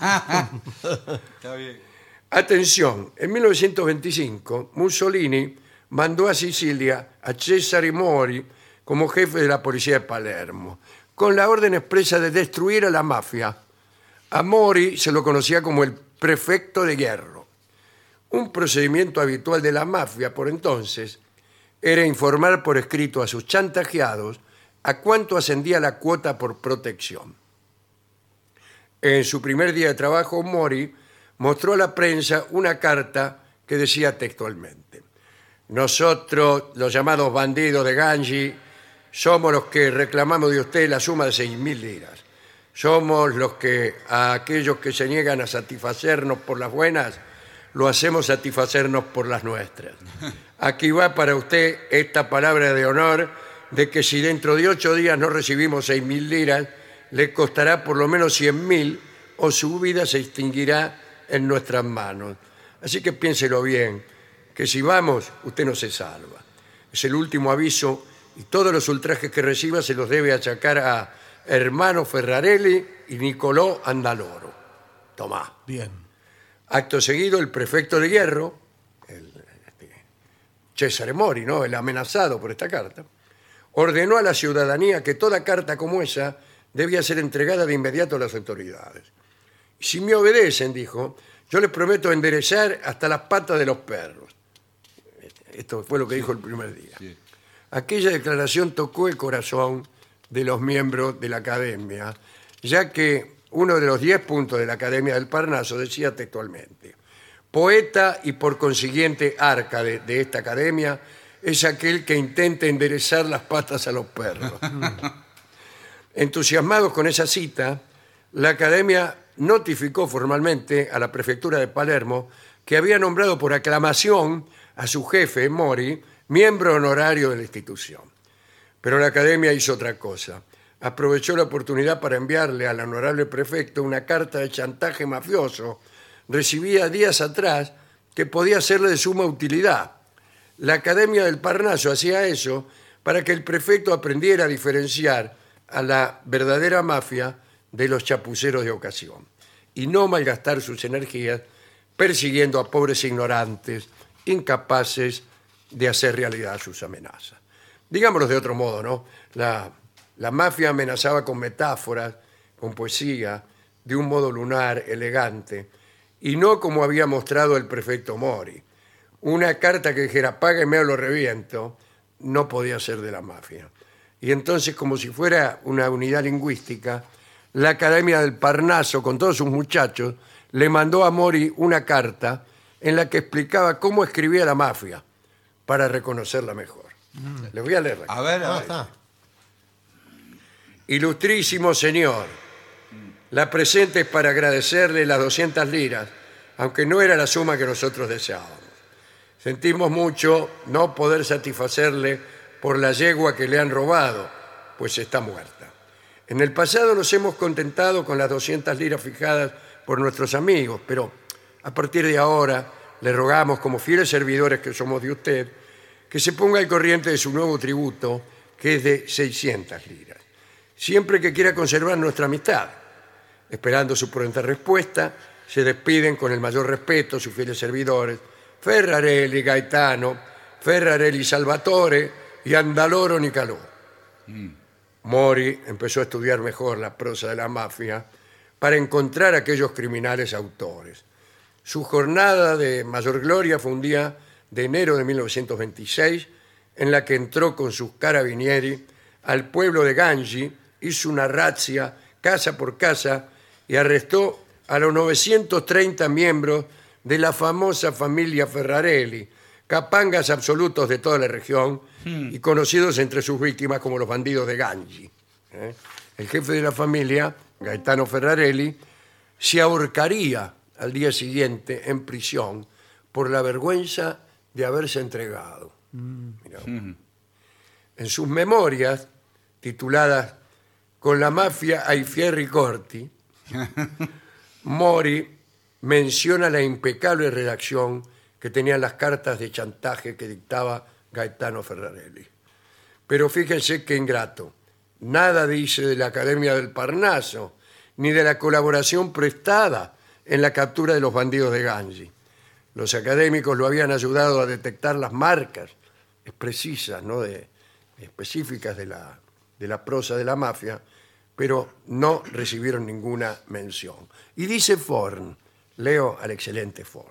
Está bien. Atención, en mil novecientos veinticinco, Mussolini mandó a Sicilia a Cesare Mori como jefe de la policía de Palermo, con la orden expresa de destruir a la mafia. A Mori se lo conocía como el prefecto de hierro. Un procedimiento habitual de la mafia por entonces era informar por escrito a sus chantajeados a cuánto ascendía la cuota por protección. En su primer día de trabajo, Mori mostró a la prensa una carta que decía textualmente: nosotros, los llamados bandidos de Ganji, somos los que reclamamos de usted la suma de seis mil liras. Somos los que a aquellos que se niegan a satisfacernos por las buenas, lo hacemos satisfacernos por las nuestras. Aquí va para usted esta palabra de honor de que si dentro de ocho días no recibimos seis mil liras, le costará por lo menos cien mil o su vida se extinguirá en nuestras manos. Así que piénselo bien, que si vamos, usted no se salva. Es el último aviso y todos los ultrajes que reciba se los debe achacar a Hermano Ferrarelli y Nicolò Andaloro. Tomá. Bien. Acto seguido, el prefecto de hierro, el, este, Cesare Mori, ¿no?, el amenazado por esta carta, ordenó a la ciudadanía que toda carta como esa debía ser entregada de inmediato a las autoridades. Si me obedecen, dijo, yo les prometo enderezar hasta las patas de los perros. Esto fue lo que dijo el primer día. Sí. Aquella declaración tocó el corazón de los miembros de la academia, ya que uno de los diez puntos de la Academia del Parnaso decía textualmente: poeta y por consiguiente arca de, de esta academia es aquel que intenta enderezar las patas a los perros. Entusiasmados con esa cita, la academia notificó formalmente a la prefectura de Palermo que había nombrado por aclamación a su jefe, Mori, miembro honorario de la institución. Pero la academia hizo otra cosa. Aprovechó la oportunidad para enviarle al honorable prefecto una carta de chantaje mafioso recibida días atrás que podía serle de suma utilidad. La Academia del Parnaso hacía eso para que el prefecto aprendiera a diferenciar a la verdadera mafia de los chapuceros de ocasión y no malgastar sus energías persiguiendo a pobres ignorantes, incapaces de hacer realidad sus amenazas. Digámoslo de otro modo, ¿no? La, la mafia amenazaba con metáforas, con poesía, de un modo lunar, elegante, y no como había mostrado el prefecto Mori. Una carta que dijera, págueme o lo reviento, no podía ser de la mafia. Y entonces, como si fuera una unidad lingüística, la Academia del Parnaso, con todos sus muchachos, le mandó a Mori una carta en la que explicaba cómo escribía la mafia para reconocerla mejor. Mm. Les voy a leer. A ver, a ver. Ah, Ilustrísimo señor, la presente es para agradecerle las doscientas liras, aunque no era la suma que nosotros deseábamos. Sentimos mucho no poder satisfacerle por la yegua que le han robado, pues está muerta. En el pasado nos hemos contentado con las doscientas liras fijadas por nuestros amigos, pero a partir de ahora le rogamos, como fieles servidores que somos de usted, que se ponga al corriente de su nuevo tributo, que es de seiscientas liras, siempre que quiera conservar nuestra amistad. Esperando su pronta respuesta, se despiden con el mayor respeto sus fieles servidores, Ferrarelli Gaetano, Ferrarelli Salvatore y Andaloro Nicolò. Mm. Mori empezó a estudiar mejor la prosa de la mafia para encontrar a aquellos criminales autores. Su jornada de mayor gloria fue un día de enero de mil novecientos veintiséis, en la que entró con sus carabinieri al pueblo de Ganji, hizo una razzia casa por casa y arrestó a los novecientos treinta miembros de la famosa familia Ferrarelli, capangas absolutos de toda la región hmm. y conocidos entre sus víctimas como los bandidos de Ganji. ¿Eh? El jefe de la familia, Gaetano Ferrarelli, se ahorcaría al día siguiente en prisión por la vergüenza de haberse entregado. Mirá. En sus memorias, tituladas Con la mafia ai fierri corti, Mori menciona la impecable redacción que tenían las cartas de chantaje que dictaba Gaetano Ferrarelli. Pero fíjense qué ingrato. Nada dice de la Academia del Parnaso, ni de la colaboración prestada en la captura de los bandidos de Gangi. Los académicos lo habían ayudado a detectar las marcas precisas, ¿no? de, específicas de la, de la prosa de la mafia, pero no recibieron ninguna mención. Y dice Forn, leo al excelente Forn,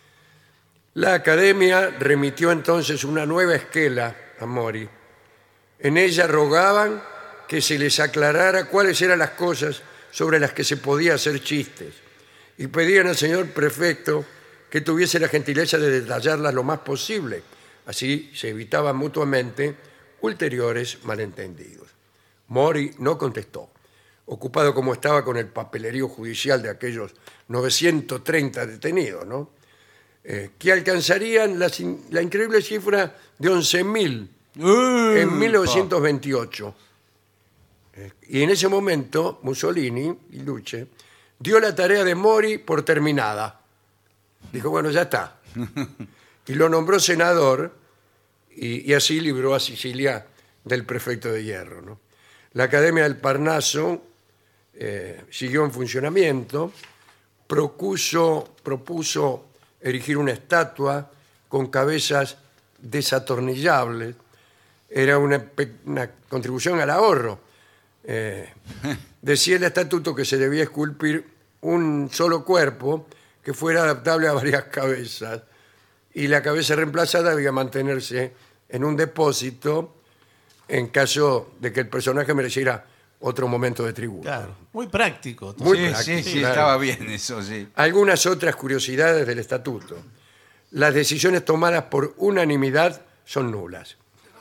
la Academia remitió entonces una nueva esquela a Mori. En ella rogaban que se les aclarara cuáles eran las cosas sobre las que se podía hacer chistes y pedían al señor prefecto que tuviese la gentileza de detallarlas lo más posible. Así se evitaban mutuamente ulteriores malentendidos. Mori no contestó, ocupado como estaba con el papelerío judicial de aquellos novecientos treinta detenidos, ¿no? Eh, que alcanzarían la, la increíble cifra de once mil en mil novecientos veintiocho. Eh, y en ese momento Mussolini, y Luce, dio la tarea de Mori por terminada. Dijo, bueno, ya está. Y lo nombró senador y, y así libró a Sicilia del prefecto de hierro, ¿no? La Academia del Parnaso eh, siguió en funcionamiento, propuso, propuso erigir una estatua con cabezas desatornillables. Era una, una contribución al ahorro. Eh, decía el estatuto que se debía esculpir un solo cuerpo que fuera adaptable a varias cabezas y la cabeza reemplazada debía mantenerse en un depósito en caso de que el personaje mereciera otro momento de tributo. Claro, muy práctico. Muy sí, práctico, sí, sí, claro. estaba bien eso, sí. Algunas otras curiosidades del estatuto. Las decisiones tomadas por unanimidad son nulas.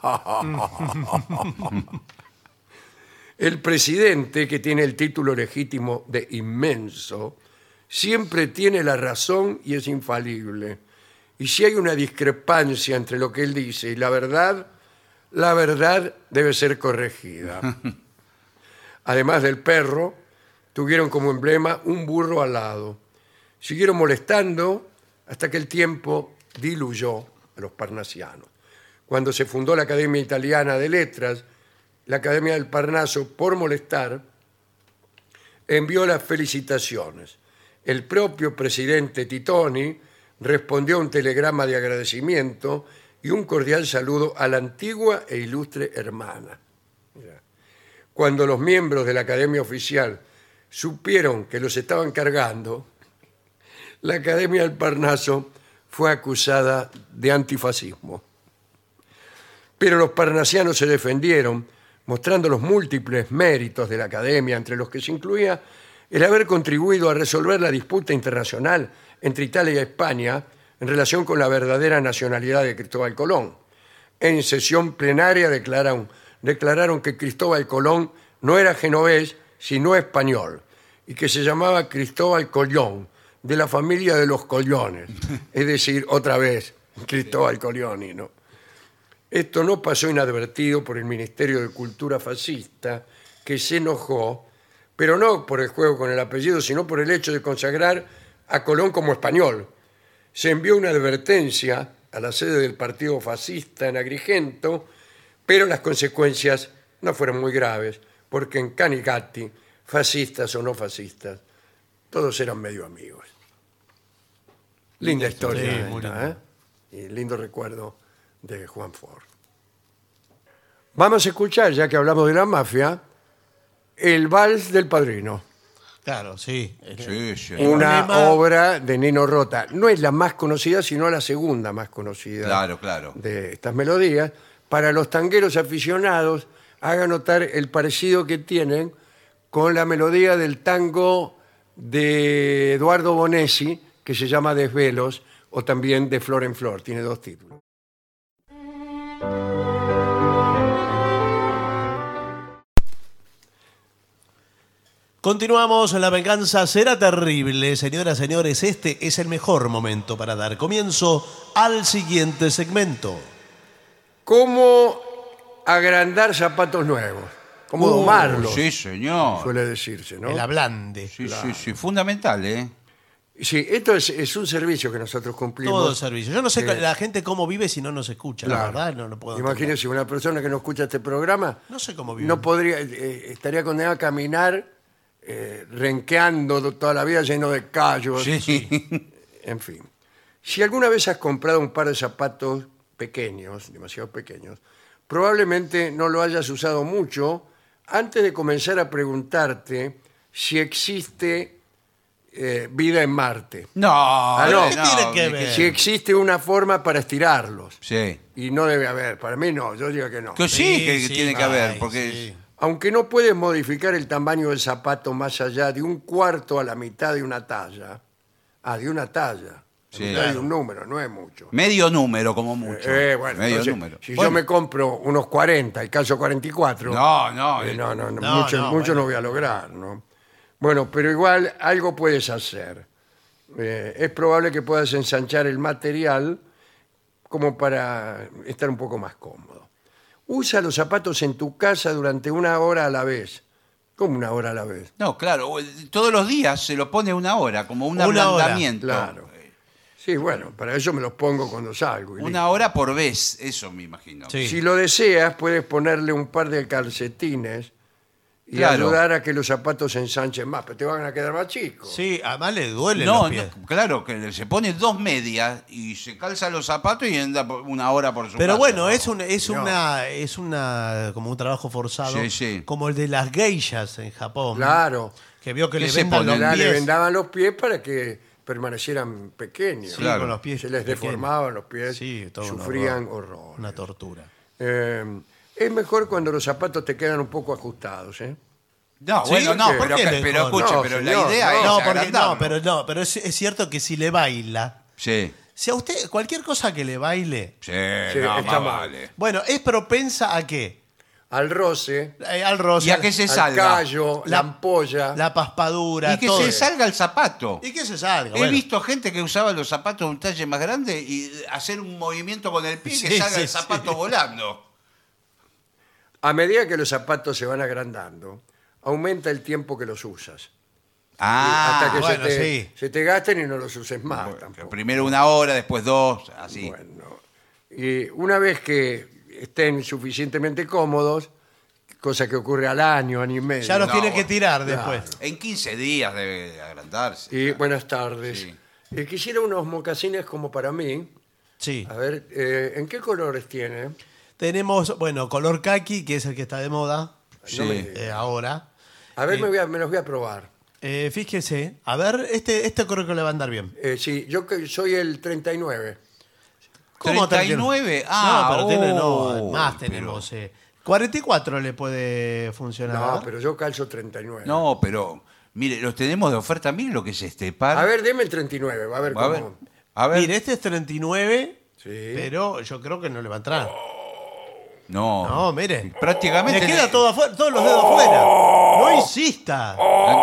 El presidente, que tiene el título legítimo de inmenso, siempre tiene la razón y es infalible. Y si hay una discrepancia entre lo que él dice y la verdad, la verdad debe ser corregida. Además del perro, tuvieron como emblema un burro alado. Siguieron molestando hasta que el tiempo diluyó a los parnasianos. Cuando se fundó la Academia Italiana de Letras, la Academia del Parnaso, por molestar, envió las felicitaciones. El propio presidente Titoni respondió a un telegrama de agradecimiento y un cordial saludo a la antigua e ilustre hermana. Mirá. Cuando los miembros de la Academia Oficial supieron que los estaban cargando, la Academia del Parnaso fue acusada de antifascismo. Pero los parnasianos se defendieron, mostrando los múltiples méritos de la Academia, entre los que se incluía el haber contribuido a resolver la disputa internacional entre Italia y España en relación con la verdadera nacionalidad de Cristóbal Colón. En sesión plenaria declararon, declararon que Cristóbal Colón no era genovés, sino español, y que se llamaba Cristóbal Collón, de la familia de los Collones, es decir, otra vez, Cristóbal Coloni, ¿no? Esto no pasó inadvertido por el Ministerio de Cultura fascista, que se enojó, pero no por el juego con el apellido, sino por el hecho de consagrar a Colón como español. Se envió una advertencia a la sede del partido fascista en Agrigento, pero las consecuencias no fueron muy graves, porque en Canigati, fascistas o no fascistas, todos eran medio amigos. Linda historia, Sí, esta, muy ¿eh? Y lindo recuerdo de Juan Ford. Vamos a escuchar, ya que hablamos de la mafia, el Vals del Padrino. Claro, sí. Sí, sí. Una problema- obra de Nino Rota. No es la más conocida, sino la segunda más conocida Claro, claro. de estas melodías. Para los tangueros aficionados, haga notar el parecido que tienen con la melodía del tango de Eduardo Bonesi, que se llama Desvelos, o también de Flor en Flor. Tiene dos títulos. Continuamos, La Venganza Será Terrible. Señoras, señores, este es el mejor momento para dar comienzo al siguiente segmento. ¿Cómo agrandar zapatos nuevos? ¿Cómo Uh, domarlos? Sí, señor. Suele decirse, ¿no? El ablande. Sí, sí, sí. Fundamental, ¿eh? Sí, esto es, es un servicio que nosotros cumplimos. Todo servicio. Yo no sé Eh, la gente cómo vive si no nos escucha, la Claro. verdad, no lo puedo Imagínese una persona que no escucha este programa, No sé cómo vive. no podría, eh, estaría condenada a caminar eh, renqueando toda la vida lleno de callos. Sí. En fin. Si alguna vez has comprado un par de zapatos pequeños, demasiado pequeños, probablemente no lo hayas usado mucho antes de comenzar a preguntarte si existe eh, vida en Marte. No, Ah, no. ¿Qué tiene que ni ver? Si existe una forma para estirarlos. Sí. Y no debe haber. Para mí no, yo digo que no. Que sí, Sí, que sí, tiene que ay, haber, porque sí. Aunque no puedes modificar el tamaño del zapato más allá de un cuarto a la mitad de una talla. Ah, de una talla. Sí. La mitad de Claro. un número, no es mucho. medio número como mucho. Eh, bueno, medio entonces, número. si Bueno, yo me compro unos cuarenta, el caso cuarenta y cuatro, No, no. eh, eh, no, no, no, no, mucho, no, mucho bueno. no voy a lograr, ¿no? Bueno, pero igual algo puedes hacer. Eh, es probable que puedas ensanchar el material como para estar un poco más cómodo. Usa los zapatos en tu casa durante una hora a la vez. ¿Cómo una hora a la vez? No, claro, todos los días se lo pone una hora, como un Una hora, ablandamiento. Claro. Sí, bueno, para eso me los pongo cuando salgo. y Una hora por vez, eso me imagino. Sí. Si lo deseas, puedes ponerle un par de calcetines y Claro. ayudar a que los zapatos se ensanchen más, pero te van a quedar más chicos. Sí, además le duelen No, los pies. no, claro, que se pone dos medias y se calza los zapatos y anda por una hora por su Pero casa. bueno, es un, es No. una, es una como un trabajo forzado, Sí, sí. como el de las geishas en Japón. Claro. Que vio que ¿Qué le se vendan ponen? los La- le pies. vendaban los pies para que permanecieran pequeños. Sí, Claro. con los pies Se les pequeños. deformaban los pies, Sí, todo un sufrían horror. horror. Una tortura. Eh, es mejor cuando los zapatos te quedan un poco ajustados, ¿eh? No, ¿Sí? bueno, no, ¿Por pero, qué pero, mejor? escuche, No, pero señor, la idea no. es No, porque, agrandarlo. no, pero no, pero es, es cierto que si le baila, Sí, si a usted cualquier cosa que le baile, sí, Sí, no, está más mal. vale. bueno, es propensa a qué? Al roce, Eh, al rosa, Y a que se al salga. callo, la, La- ampolla. la paspadura, Y que todo. se salga el zapato. Y que se salga. He bueno. visto gente que usaba los zapatos de un talle más grande y hacer un movimiento con el pie y que Sí, salga sí, el zapato sí. volando. A medida que los zapatos se van agrandando, aumenta el tiempo que los usas. Ah, hasta que bueno, se, te, sí. se te gasten y no los uses más tampoco. primero una hora, después dos, así. Bueno, y una vez que estén suficientemente cómodos, cosa que ocurre al año, año y medio. Ya los No, tiene que bueno, tirar claro. después. En quince días debe de agrandarse. Y buenas tardes. Sí. Eh, quisiera unos mocasines como para mí. Sí. A ver, eh, ¿en qué colores tiene? Tenemos, bueno, color kaki, que es el que está de moda Sí. No me- eh, ahora. A ver, Eh, me, voy a- me los voy a probar. Eh, fíjese, a ver, este, este creo que le va a andar bien. Eh, sí, yo que soy el treinta y nueve. ¿Cómo treinta y nueve? Ah, no, pero tiene, no, oh, más pero- tenemos. eh. cuarenta y cuatro le puede funcionar. No, pero yo calzo treinta y nueve. No, pero mire, los tenemos de oferta. Mire lo que es este par. A ver, deme el treinta y nueve, va a ver a ver. cómo. A ver. Mire, este es treinta y nueve, Sí. pero yo creo que no le va a entrar. No. No, mire. Prácticamente. Le queda todo afuera, todos los dedos afuera. No insista.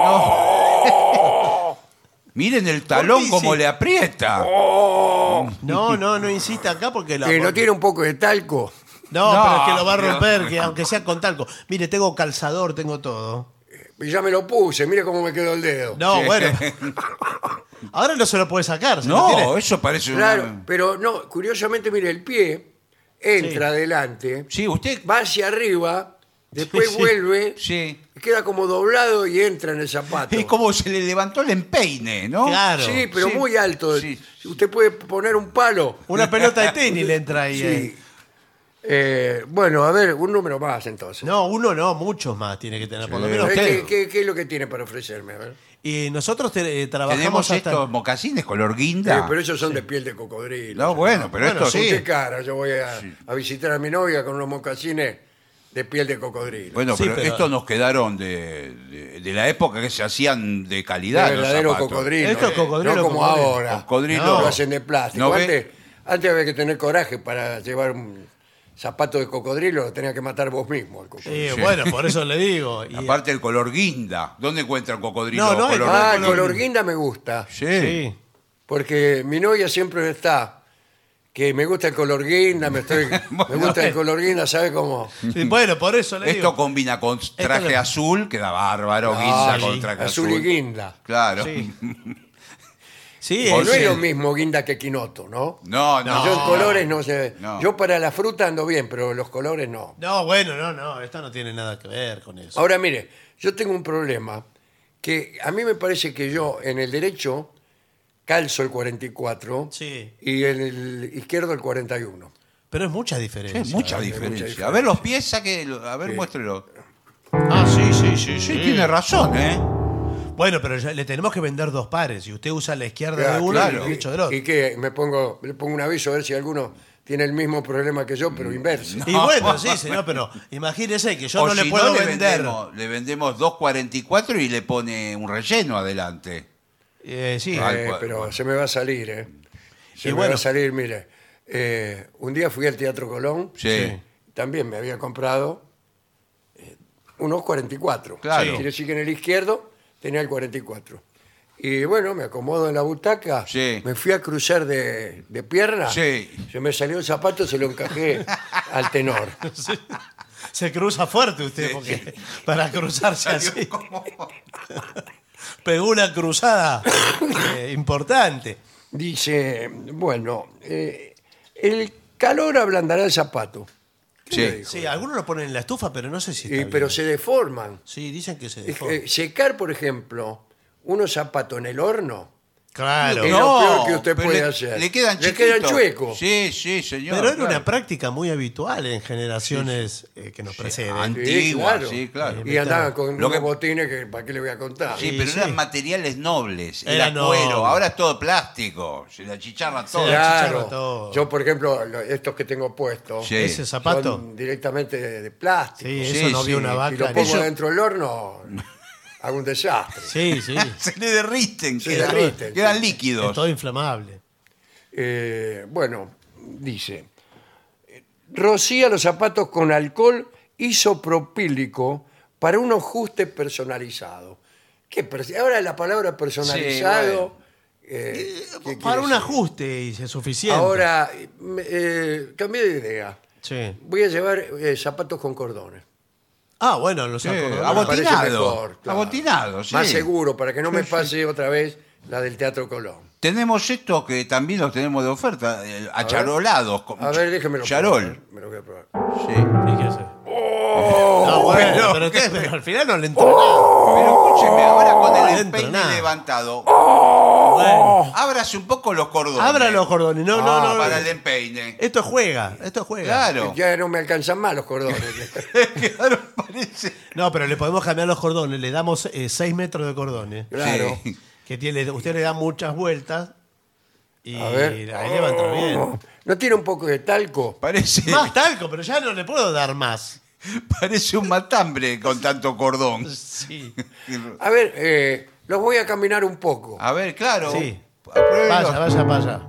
No. Miren el talón qué como sí? le aprieta. No, no, no insista acá porque la. Que no tiene un poco de talco. No, No, pero es que lo va a pero- romper, que aunque sea con talco. Mire, tengo calzador, tengo todo. Y ya me lo puse, mire cómo me quedó el dedo. No, Sí. bueno. Ahora no se lo puede sacar. ¿se lo No, tiene? eso parece Claro, una... pero no, curiosamente, mire, el pie entra Sí. adelante, Sí, usted... va hacia arriba, después Sí, sí. vuelve, Sí. queda como doblado y entra en el zapato. Es como se le levantó el empeine, ¿no? Claro. Sí, pero Sí. muy alto. Sí. Usted puede poner un palo. Una pelota de tenis le entra ahí. Sí. eh. Eh, bueno, a ver, un número más entonces. No, uno no, muchos más tiene que tener, por lo menos A ver, usted. ¿qué, qué, qué es lo que tiene para ofrecerme? A ver. Y nosotros te- eh, trabajamos Tenemos hasta... estos mocasines color Eh, guinda. pero esos son de piel de cocodrilo. No, bueno, pero Bueno, esto sí. Qué cara, yo voy a, a visitar a mi novia con unos mocasines de piel de cocodrilo. Bueno, Sí, pero, pero- estos nos quedaron de, de- de la época que se hacían de de calidad. los verdadero zapatos. cocodrilo. Esto es eh, cocodrilo, no como cocodrilo. ahora. Cocodrilo. No, No. lo hacen de plástico. ¿No ve? antes, antes había que tener coraje para llevar un zapato de cocodrilo lo tenía que matar vos mismo. El cocodrilo. Sí, Sí. bueno, por eso le digo. Y- Aparte el color guinda. ¿Dónde encuentra un cocodrilo No, no, color el- Ah, el guinda? color guinda me gusta. Sí. sí. Porque mi novia siempre está, que me gusta el color guinda, me, estoy, me gusta el color guinda, ¿sabe cómo? Sí, bueno, por eso le Esto digo. combina con traje le- azul, queda bárbaro, Ah, guinda sí, con traje azul azul. y guinda. Claro. Sí. Sí, O es- no es sí. lo mismo guinda que quinoto, ¿no? No, no. Yo en colores no sé. No. Yo para la fruta ando bien, pero los colores no. No, bueno, no, no, esto no tiene nada que ver con eso. Ahora mire, yo tengo un problema que a mí me parece que yo en el derecho calzo el cuarenta y cuatro Sí. y en el izquierdo el cuarenta y uno. Pero es mucha diferencia. Sí, mucha mucha diferencia. diferencia. A ver los pies, saque, a ver, Sí. muéstrelo. Ah, sí, sí, sí, Sí, tiene razón, ¿eh? Bueno, pero ya le tenemos que vender dos pares. Y usted usa la izquierda Claro, de uno claro. y el derecho del otro. Y que me pongo, le pongo un aviso a ver si alguno tiene el mismo problema que yo, pero inverso. Y bueno, sí, señor, pero imagínese que yo O no le si puedo no, le vender. vendemos, le vendemos dos cuarenta y cuatro y le pone un relleno adelante. Eh, sí, Ay, Eh, bueno, pero bueno. se me va a salir, ¿eh? Se Y me bueno. va a salir, mire. eh, un día fui al Teatro Colón, Sí. también me había comprado eh, unos cuarenta y cuatro. Claro. Quiere decir que en el izquierdo tenía el cuarenta y cuatro. Y bueno, me acomodo en la butaca, Sí. me fui a cruzar de, de pierna, Sí. se me salió el zapato, se lo encajé al tenor. se cruza fuerte usted, Sí, porque para cruzarse Salió así. como- Pegó una cruzada eh, importante. Dice, bueno, eh, el calor ablandará el zapato. ¿Qué Sí. le dijo? Sí, algunos lo ponen en la estufa, pero no sé si está Y- pero bien. se deforman. Sí, dicen que se Es deforma. que secar, por ejemplo, unos zapatos en el horno Claro. es No, lo peor que usted pero puede le- hacer. Le quedan Le quedan chiquitos. chuecos. Sí, sí, señor. Pero era claro. una práctica muy habitual en generaciones eh, que nos preceden. Antigua, sí, claro. Y andaban con Lo unos que- botines que, ¿para qué le voy a contar? Sí, Sí, pero sí. eran materiales nobles. Era, Era cuero. noble. Ahora es todo plástico. Se le achicharra todo. Sí. Claro. chicharra todo. Yo, por ejemplo, lo- estos que tengo puestos Sí. Ese zapato. son directamente de, de plástico. Sí, Sí, eso no sí. vio una Si vaca. lo pongo Eso- dentro del horno, hago un desastre. Sí, sí. Se le derriten. Se quedan, derriten, quedan sí. líquidos. Es todo inflamable. Eh, bueno, dice, rocía los zapatos con alcohol isopropílico para un ajuste personalizado. ¿Qué perso- Ahora la palabra personalizado... eh, ¿qué quiere Para un decir? ajuste y es suficiente. Ahora, me- eh, cambié de idea. Sí. Voy a llevar eh, zapatos con cordones. Ah, bueno, los Sí, acordones. Me parece abotinado. mejor, claro. Abotinado, sí. Más seguro, para que no me pase otra vez la del Teatro Colón. Tenemos estos que también los tenemos de oferta, eh, acharolados. con- A ver, déjeme lo Charol. Me lo voy a probar. Sí. Fíjese. no, bueno, pero- pero, usted- pero al final no le entró nada. Pero escúcheme, ahora con el No entra empeine nada. levantado, Bueno, ábrase un poco los cordones. abra los cordones. No, no, Ah, no. para el empeine. Esto juega, esto juega. Claro. Ya no me alcanzan más los cordones. Claro, parece. No, pero le podemos cambiar los cordones. Le damos seis metros de cordones. Claro. Sí. Que tiene, usted le da muchas vueltas. Y A ver. ahí le va a entrar bien. ¿No tiene un poco de talco? Parece, Más talco, pero ya no le puedo dar más. parece un matambre con tanto cordón. Sí. A ver, eh, los voy a caminar un poco. A ver, claro. Sí. Apruébelo. Vaya, vaya, vaya.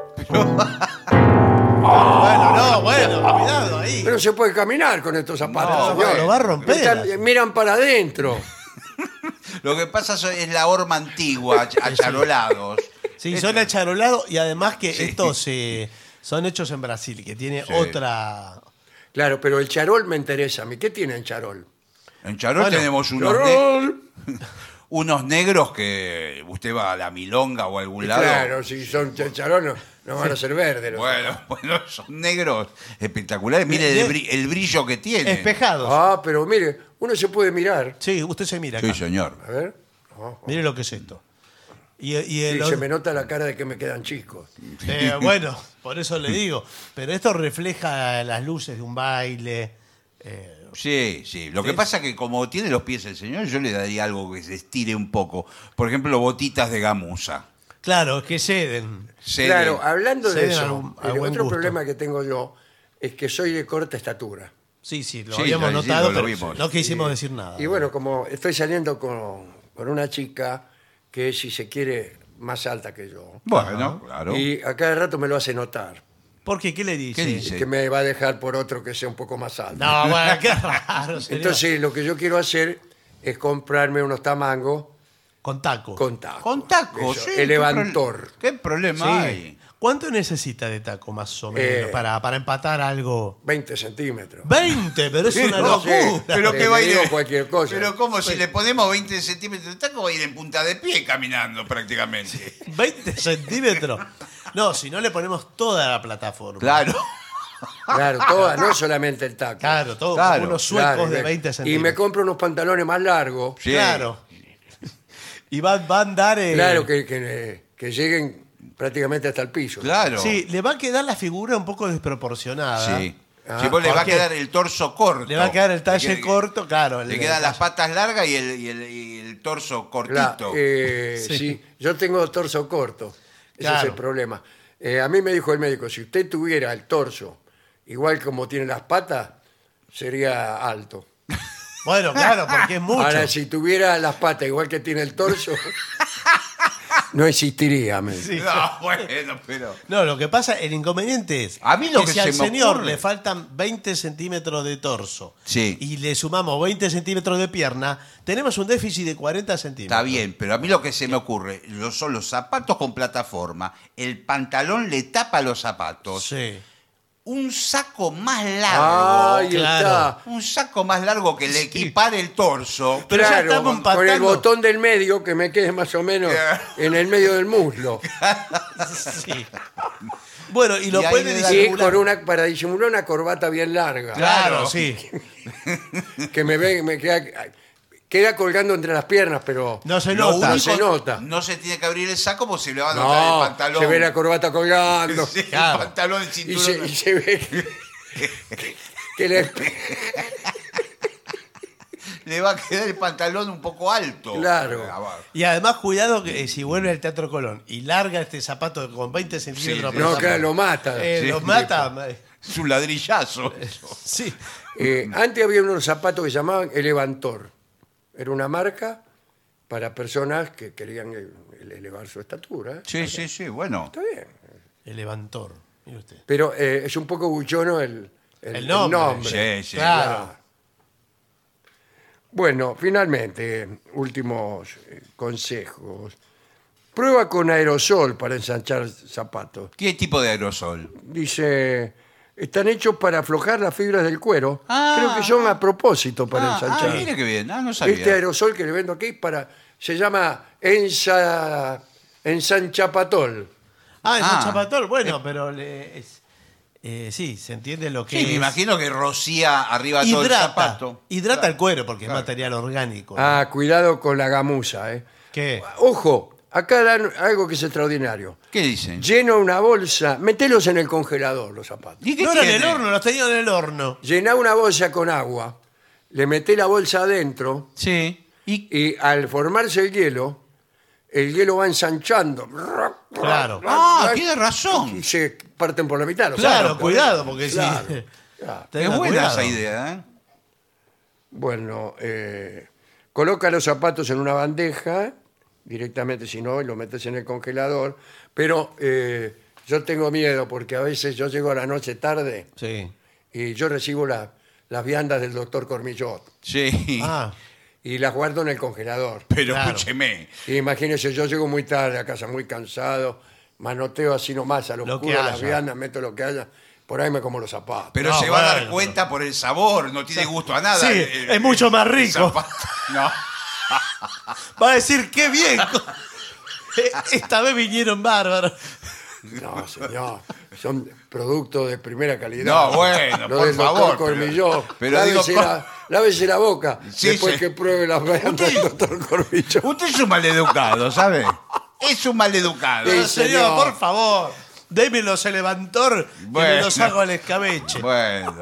Bueno, no, bueno, cuidado ahí. Pero se puede caminar con estos zapatos. No, señor. lo va a romper. Están- miran para adentro. Lo que pasa so- es la horma antigua, ach- acharolados. Sí, Esto- son acharolados y además que Sí. estos eh, son hechos en Brasil, que tiene Sí. otra... Claro, pero el charol me interesa a mí. ¿Qué tiene el charol? En Charol Bueno, tenemos unos, ne- Charol. unos negros que usted va a la milonga o a algún lado. Claro, si son ch- charol no, no van a ser verdes. los Bueno, bueno, son negros espectaculares. Mire De- el, bri- el brillo que tiene. Espejados. Ah, pero mire, uno se puede mirar. Sí, usted se mira acá. Sí, señor. A ver. Oh, oh. Mire lo que es esto. Y, y Sí, el- se me nota la cara de que me quedan chicos. eh, bueno, por eso le digo. Pero esto refleja las luces de un baile. eh, Sí, sí. Lo que Sí. pasa que como tiene los pies el señor, yo le daría algo que se estire un poco. Por ejemplo, botitas de gamuza. claro, que ceden. Cede. Claro, hablando de Ceden eso, a un- a el buen otro gusto. problema que tengo yo es que soy de corta estatura. Sí, sí, lo Sí, habíamos lo- sí, notado, lo- lo pero vimos. no quisimos decir nada. Y bueno, como estoy saliendo con, con una chica que es, si se quiere, más alta que yo. Bueno, claro. Y a cada rato me lo hace notar. ¿Por qué? ¿Qué le dice? ¿Qué dice? que me va a dejar por otro que sea un poco más alto. No, bueno, qué raro. señor. Entonces, lo que yo quiero hacer es comprarme unos tamangos Con taco. con taco. Con tacos, Eso, sí. elevantor. ¿Qué, pro- qué problema Sí. hay? ¿Cuánto necesita de taco más o menos Eh, para, para empatar algo? veinte centímetros. veinte, pero es una no, sí. locura. Pero Te que va a ir. digo cualquier cosa. Pero como si le ponemos veinte centímetros de taco, va a ir en punta de pie caminando prácticamente. veinte centímetros. No, si no le ponemos toda la plataforma. Claro. Claro, todas, no solamente el taco. Claro, todo Claro, como unos suecos Claro, y de me- veinte Y centímetros. me compro unos pantalones más largos. Sí. Claro. Y va, va a andar. eh, Claro, que, que, que lleguen prácticamente hasta el piso. Claro. Sí, le va a quedar la figura un poco desproporcionada. Sí. Ah, si vos le va a ¿por qué? quedar el torso corto. Le va a quedar el talle Le queda- corto, claro. Le el- quedan el las talle. patas largas y el, y el- y el torso cortito. Claro, eh, Sí. sí. Yo tengo torso corto. Ese Claro. es el problema. Eh, a mí me dijo el médico, si usted tuviera el torso igual como tiene las patas, sería alto. Bueno, claro, porque es mucho. Ahora, si tuviera las patas igual que tiene el torso, no existiría. me dijo. Sí. No, bueno, pero. No, lo que pasa, el inconveniente es A mí lo que si se al me señor ocurre- le faltan veinte centímetros de torso Sí. y le sumamos veinte centímetros de pierna, tenemos un déficit de cuarenta centímetros. Está bien, pero a mí lo que se me ocurre lo- son los zapatos con plataforma, el pantalón le tapa los zapatos, Sí. un saco más largo, Ahí claro. está. un saco más largo que le Sí. equipare el torso. Pero ya Claro, estamos con, con el empatando. botón del medio que me quede más o menos en el medio del muslo. Sí. Bueno, y lo Y ahí puede le da- Y disimular. con una, para disimular una corbata bien larga. Claro, Claro. sí. Que me, ve, me queda, queda colgando entre las piernas, pero No se Lo nota. No se nota. No se tiene que abrir el saco porque se le va a notar el no, pantalón. se ve la corbata colgando. Sí, Claro. el pantalón, el Y cinturón. se, y se ve que, que le- Le va a quedar el pantalón un poco alto. Claro. Abajo. Y además, cuidado que eh, si vuelve al Teatro Colón y larga este zapato con veinte centímetros Sí, de no, zapato, claro, lo mata. eh, Sí. los mata. eh, Es un ladrillazo. Sí. Eh, antes había unos zapatos que se llamaban Elevantor. Era una marca para personas que querían ele- elevar su estatura. Sí, sí, sí, bueno. Está bien. El levantor. Mire usted. Pero eh, es un poco buchono el, el- El nombre. Sí, sí. Claro. Bueno, finalmente, últimos eh, consejos. Prueba con aerosol para ensanchar zapatos. ¿Qué tipo de aerosol? Dice, están hechos para aflojar las fibras del cuero. Ah. Creo que son a propósito para Ah, ensanchar. ah, mire qué bien. Ah, no sabía. Este aerosol que le vendo aquí para, se llama ensa, ensanchapatol. Ah, es Ah. un chapatol. Bueno, pero le- es- eh, sí, se entiende lo que Sí, es. me imagino que rocía arriba todo el Hidrata. zapato. Hidrata el cuero porque Claro. es material orgánico. ¿no? Ah, cuidado con la gamuza. ¿eh? ¿Qué? Ojo, acá dan algo que es extraordinario. ¿Qué dicen? Llena una bolsa, metelos en el congelador los zapatos. ¿Y qué No era en tiene? el horno, los tenía en el horno. Llená una bolsa con agua, le meté la bolsa adentro Sí. ¿Y y al formarse el hielo, el hielo va ensanchando. Claro. Ah, tiene razón. Y se parten por la mitad. los Claro, zapatos. cuidado, porque Claro, sí. claro. Es Tenga buena cuidado. esa idea, ¿eh? Bueno, eh, coloca los zapatos en una bandeja, directamente si no, y lo metes en el congelador. Pero eh, yo tengo miedo porque a veces yo llego a la noche tarde Sí. y yo recibo la- las viandas del doctor Cormillot Sí. Ah, y las guardo en el congelador. Pero claro. escúcheme. Y imagínese, yo llego muy tarde a casa, muy cansado, manoteo así nomás a lo Lo oscuro que las haya. viandas, meto lo que haya, por ahí me como los zapatos. Pero No, se va a dar bueno, cuenta por el sabor, no tiene gusto a nada. sí, el- es mucho más el rico. zapato. No. Va a decir, qué bien. Esta vez vinieron bárbaros. No, señor, son productos de primera calidad. No, bueno, Lo por del favor, doctor pero- Cormillot. pero lávese, digo, la, lávese la boca Sí, después sí. que pruebe las viandas del doctor Cormillot. Usted es un maleducado, ¿sabe? Es un maleducado. Sí, No, señor, señor. por favor. Démelo se levantor y me Bueno. lo saco al escabeche. Bueno.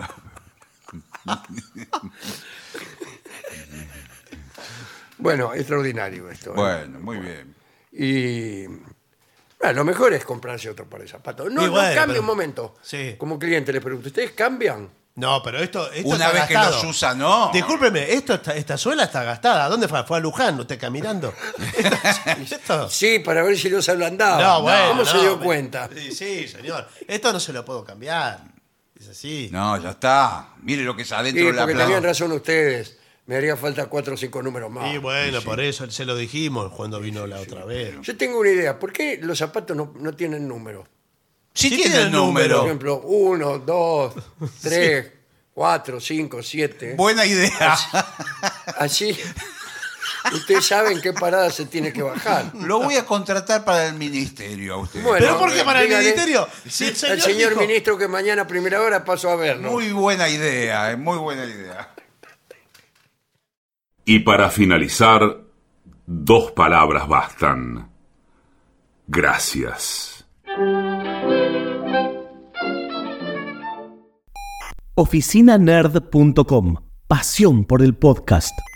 Bueno, extraordinario esto. ¿eh? Bueno, muy bien. Y bueno, lo mejor es comprarse otro par de zapatos. No, Y no bueno, cambie pero- un momento. Sí. Como cliente les pregunto, ¿ustedes cambian? No, pero esto, esto Una está vez que gastado. los usa, no. Discúlpeme, esto está- esta suela está gastada. ¿A dónde fue? ¿Fue a Luján? ¿Usted caminando? Esto- esto- Sí, para ver si los ablandaba. No, bueno, ¿Cómo se no, dio me- cuenta? Sí, sí, señor. Esto no se lo puedo cambiar. Es así. No, ya está. Mire lo que es adentro Sí, de la porque plaza. tenían razón ustedes. Me haría falta cuatro o cinco números más. Y bueno, por eso se lo dijimos cuando vino la otra vez. Yo tengo una idea. ¿Por qué los zapatos no, no tienen número? Sí, Sí tiene tiene el el número. Por ejemplo, uno, dos, tres, cuatro, cinco, siete. Buena idea. Así, ustedes saben qué parada se tiene que bajar. Lo voy a contratar para el ministerio a usted. Bueno, ¿Pero por qué para el dígale ministerio? Si el señor Al señor dijo- ministro que mañana a primera hora paso a verlo. Muy buena idea, eh, muy buena idea. Y para finalizar, dos palabras bastan. Gracias. oficina nerd punto com. Pasión por el podcast.